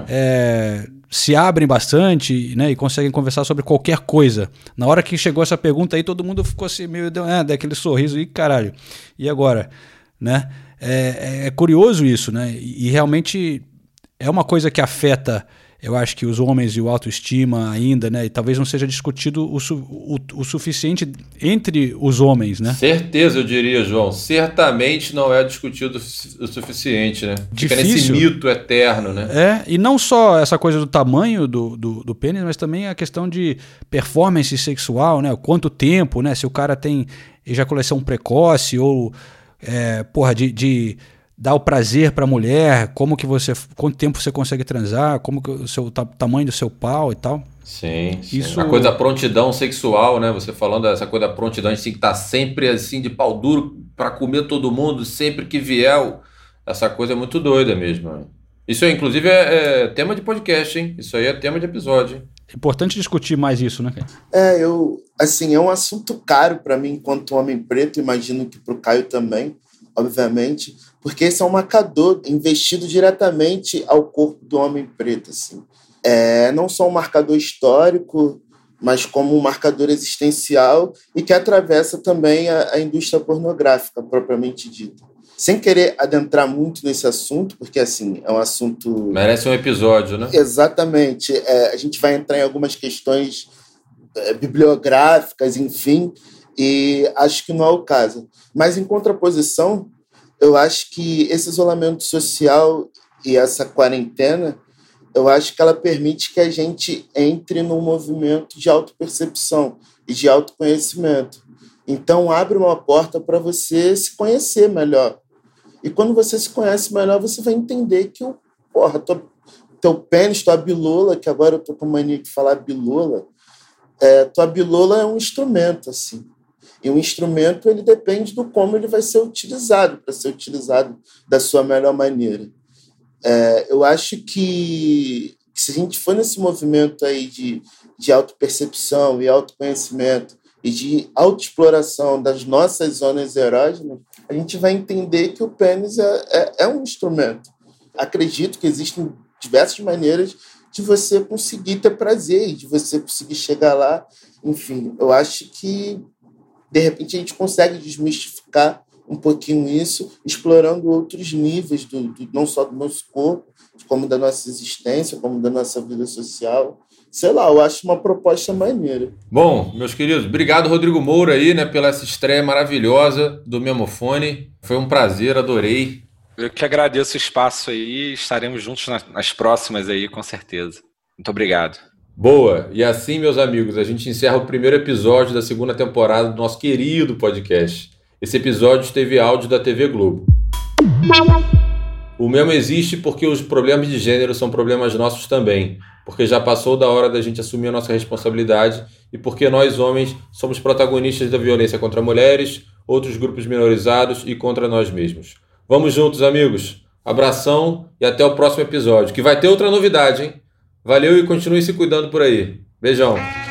é, se abrem bastante, né, e conseguem conversar sobre qualquer coisa. Na hora que chegou essa pergunta aí, todo mundo ficou assim, meio, é, daquele sorriso, e caralho, e agora? Né? É, é curioso isso, né? E, e realmente é uma coisa que afeta, eu acho que os homens e o autoestima ainda, né? E talvez não seja discutido o, su- o, o suficiente entre os homens, né? Certeza, eu diria, João. Certamente não é discutido o suficiente, né? Fica Difícil. nesse mito eterno, né? É, e não só essa coisa do tamanho do, do, do pênis, mas também a questão de performance sexual, né? Quanto tempo, né? Se o cara tem ejaculação precoce ou, é, porra, de... de dar o prazer para a mulher, como que você, quanto tempo você consegue transar, como que o seu ta- tamanho do seu pau e tal. Sim, sim. Isso... A coisa da prontidão sexual, né? Você falando dessa coisa da prontidão, a gente tem que estar sempre assim de pau duro para comer todo mundo, sempre que vier. Essa coisa é muito doida mesmo. Né? Isso, inclusive, é, é tema de podcast, hein? Isso aí é tema de episódio, hein? É importante discutir mais isso, né, Caio? É, eu, assim, é um assunto caro para mim enquanto homem preto, imagino que para o Caio também, obviamente, porque esse é um marcador investido diretamente ao corpo do homem preto, assim. É não só um marcador histórico, mas como um marcador existencial e que atravessa também a, a indústria pornográfica, propriamente dita. Sem querer adentrar muito nesse assunto, porque, assim, é um assunto... Merece um episódio, né? Exatamente. É, a gente vai entrar em algumas questões é, bibliográficas, enfim... E acho que não é o caso. Mas, em contraposição, eu acho que esse isolamento social e essa quarentena, eu acho que ela permite que a gente entre num movimento de autopercepção e de autoconhecimento. Então, abre uma porta para você se conhecer melhor. E quando você se conhece melhor, você vai entender que o porra, tua, teu pênis, tua bilola, que agora eu tô com mania de falar bilola, é, tua bilola é um instrumento, assim. E o instrumento, ele depende do como ele vai ser utilizado, para ser utilizado da sua melhor maneira. É, eu acho que, que se a gente for nesse movimento aí de, de autopercepção e autoconhecimento e de autoexploração das nossas zonas erógenas, a gente vai entender que o pênis é, é, é um instrumento. Acredito que existem diversas maneiras de você conseguir ter prazer, de você conseguir chegar lá. Enfim, eu acho que, de repente, a gente consegue desmistificar um pouquinho isso, explorando outros níveis, do, do, não só do nosso corpo, como da nossa existência, como da nossa vida social. Sei lá, eu acho uma proposta maneira. Bom, meus queridos, obrigado, Rodrigo Moura, aí, né, pela essa estreia maravilhosa do Memofone. Foi um prazer, adorei. Eu que agradeço o espaço aí, estaremos juntos nas, nas próximas aí, com certeza. Muito obrigado. Boa, e assim, meus amigos, a gente encerra o primeiro episódio da segunda temporada do nosso querido podcast. Esse episódio teve áudio da T V Globo. O Memo existe porque os problemas de gênero são problemas nossos também, porque já passou da hora da gente assumir a nossa responsabilidade e porque nós, homens, somos protagonistas da violência contra mulheres, outros grupos minorizados e contra nós mesmos. Vamos juntos, amigos. Abração e até o próximo episódio, que vai ter outra novidade, hein? Valeu e continue se cuidando por aí. Beijão.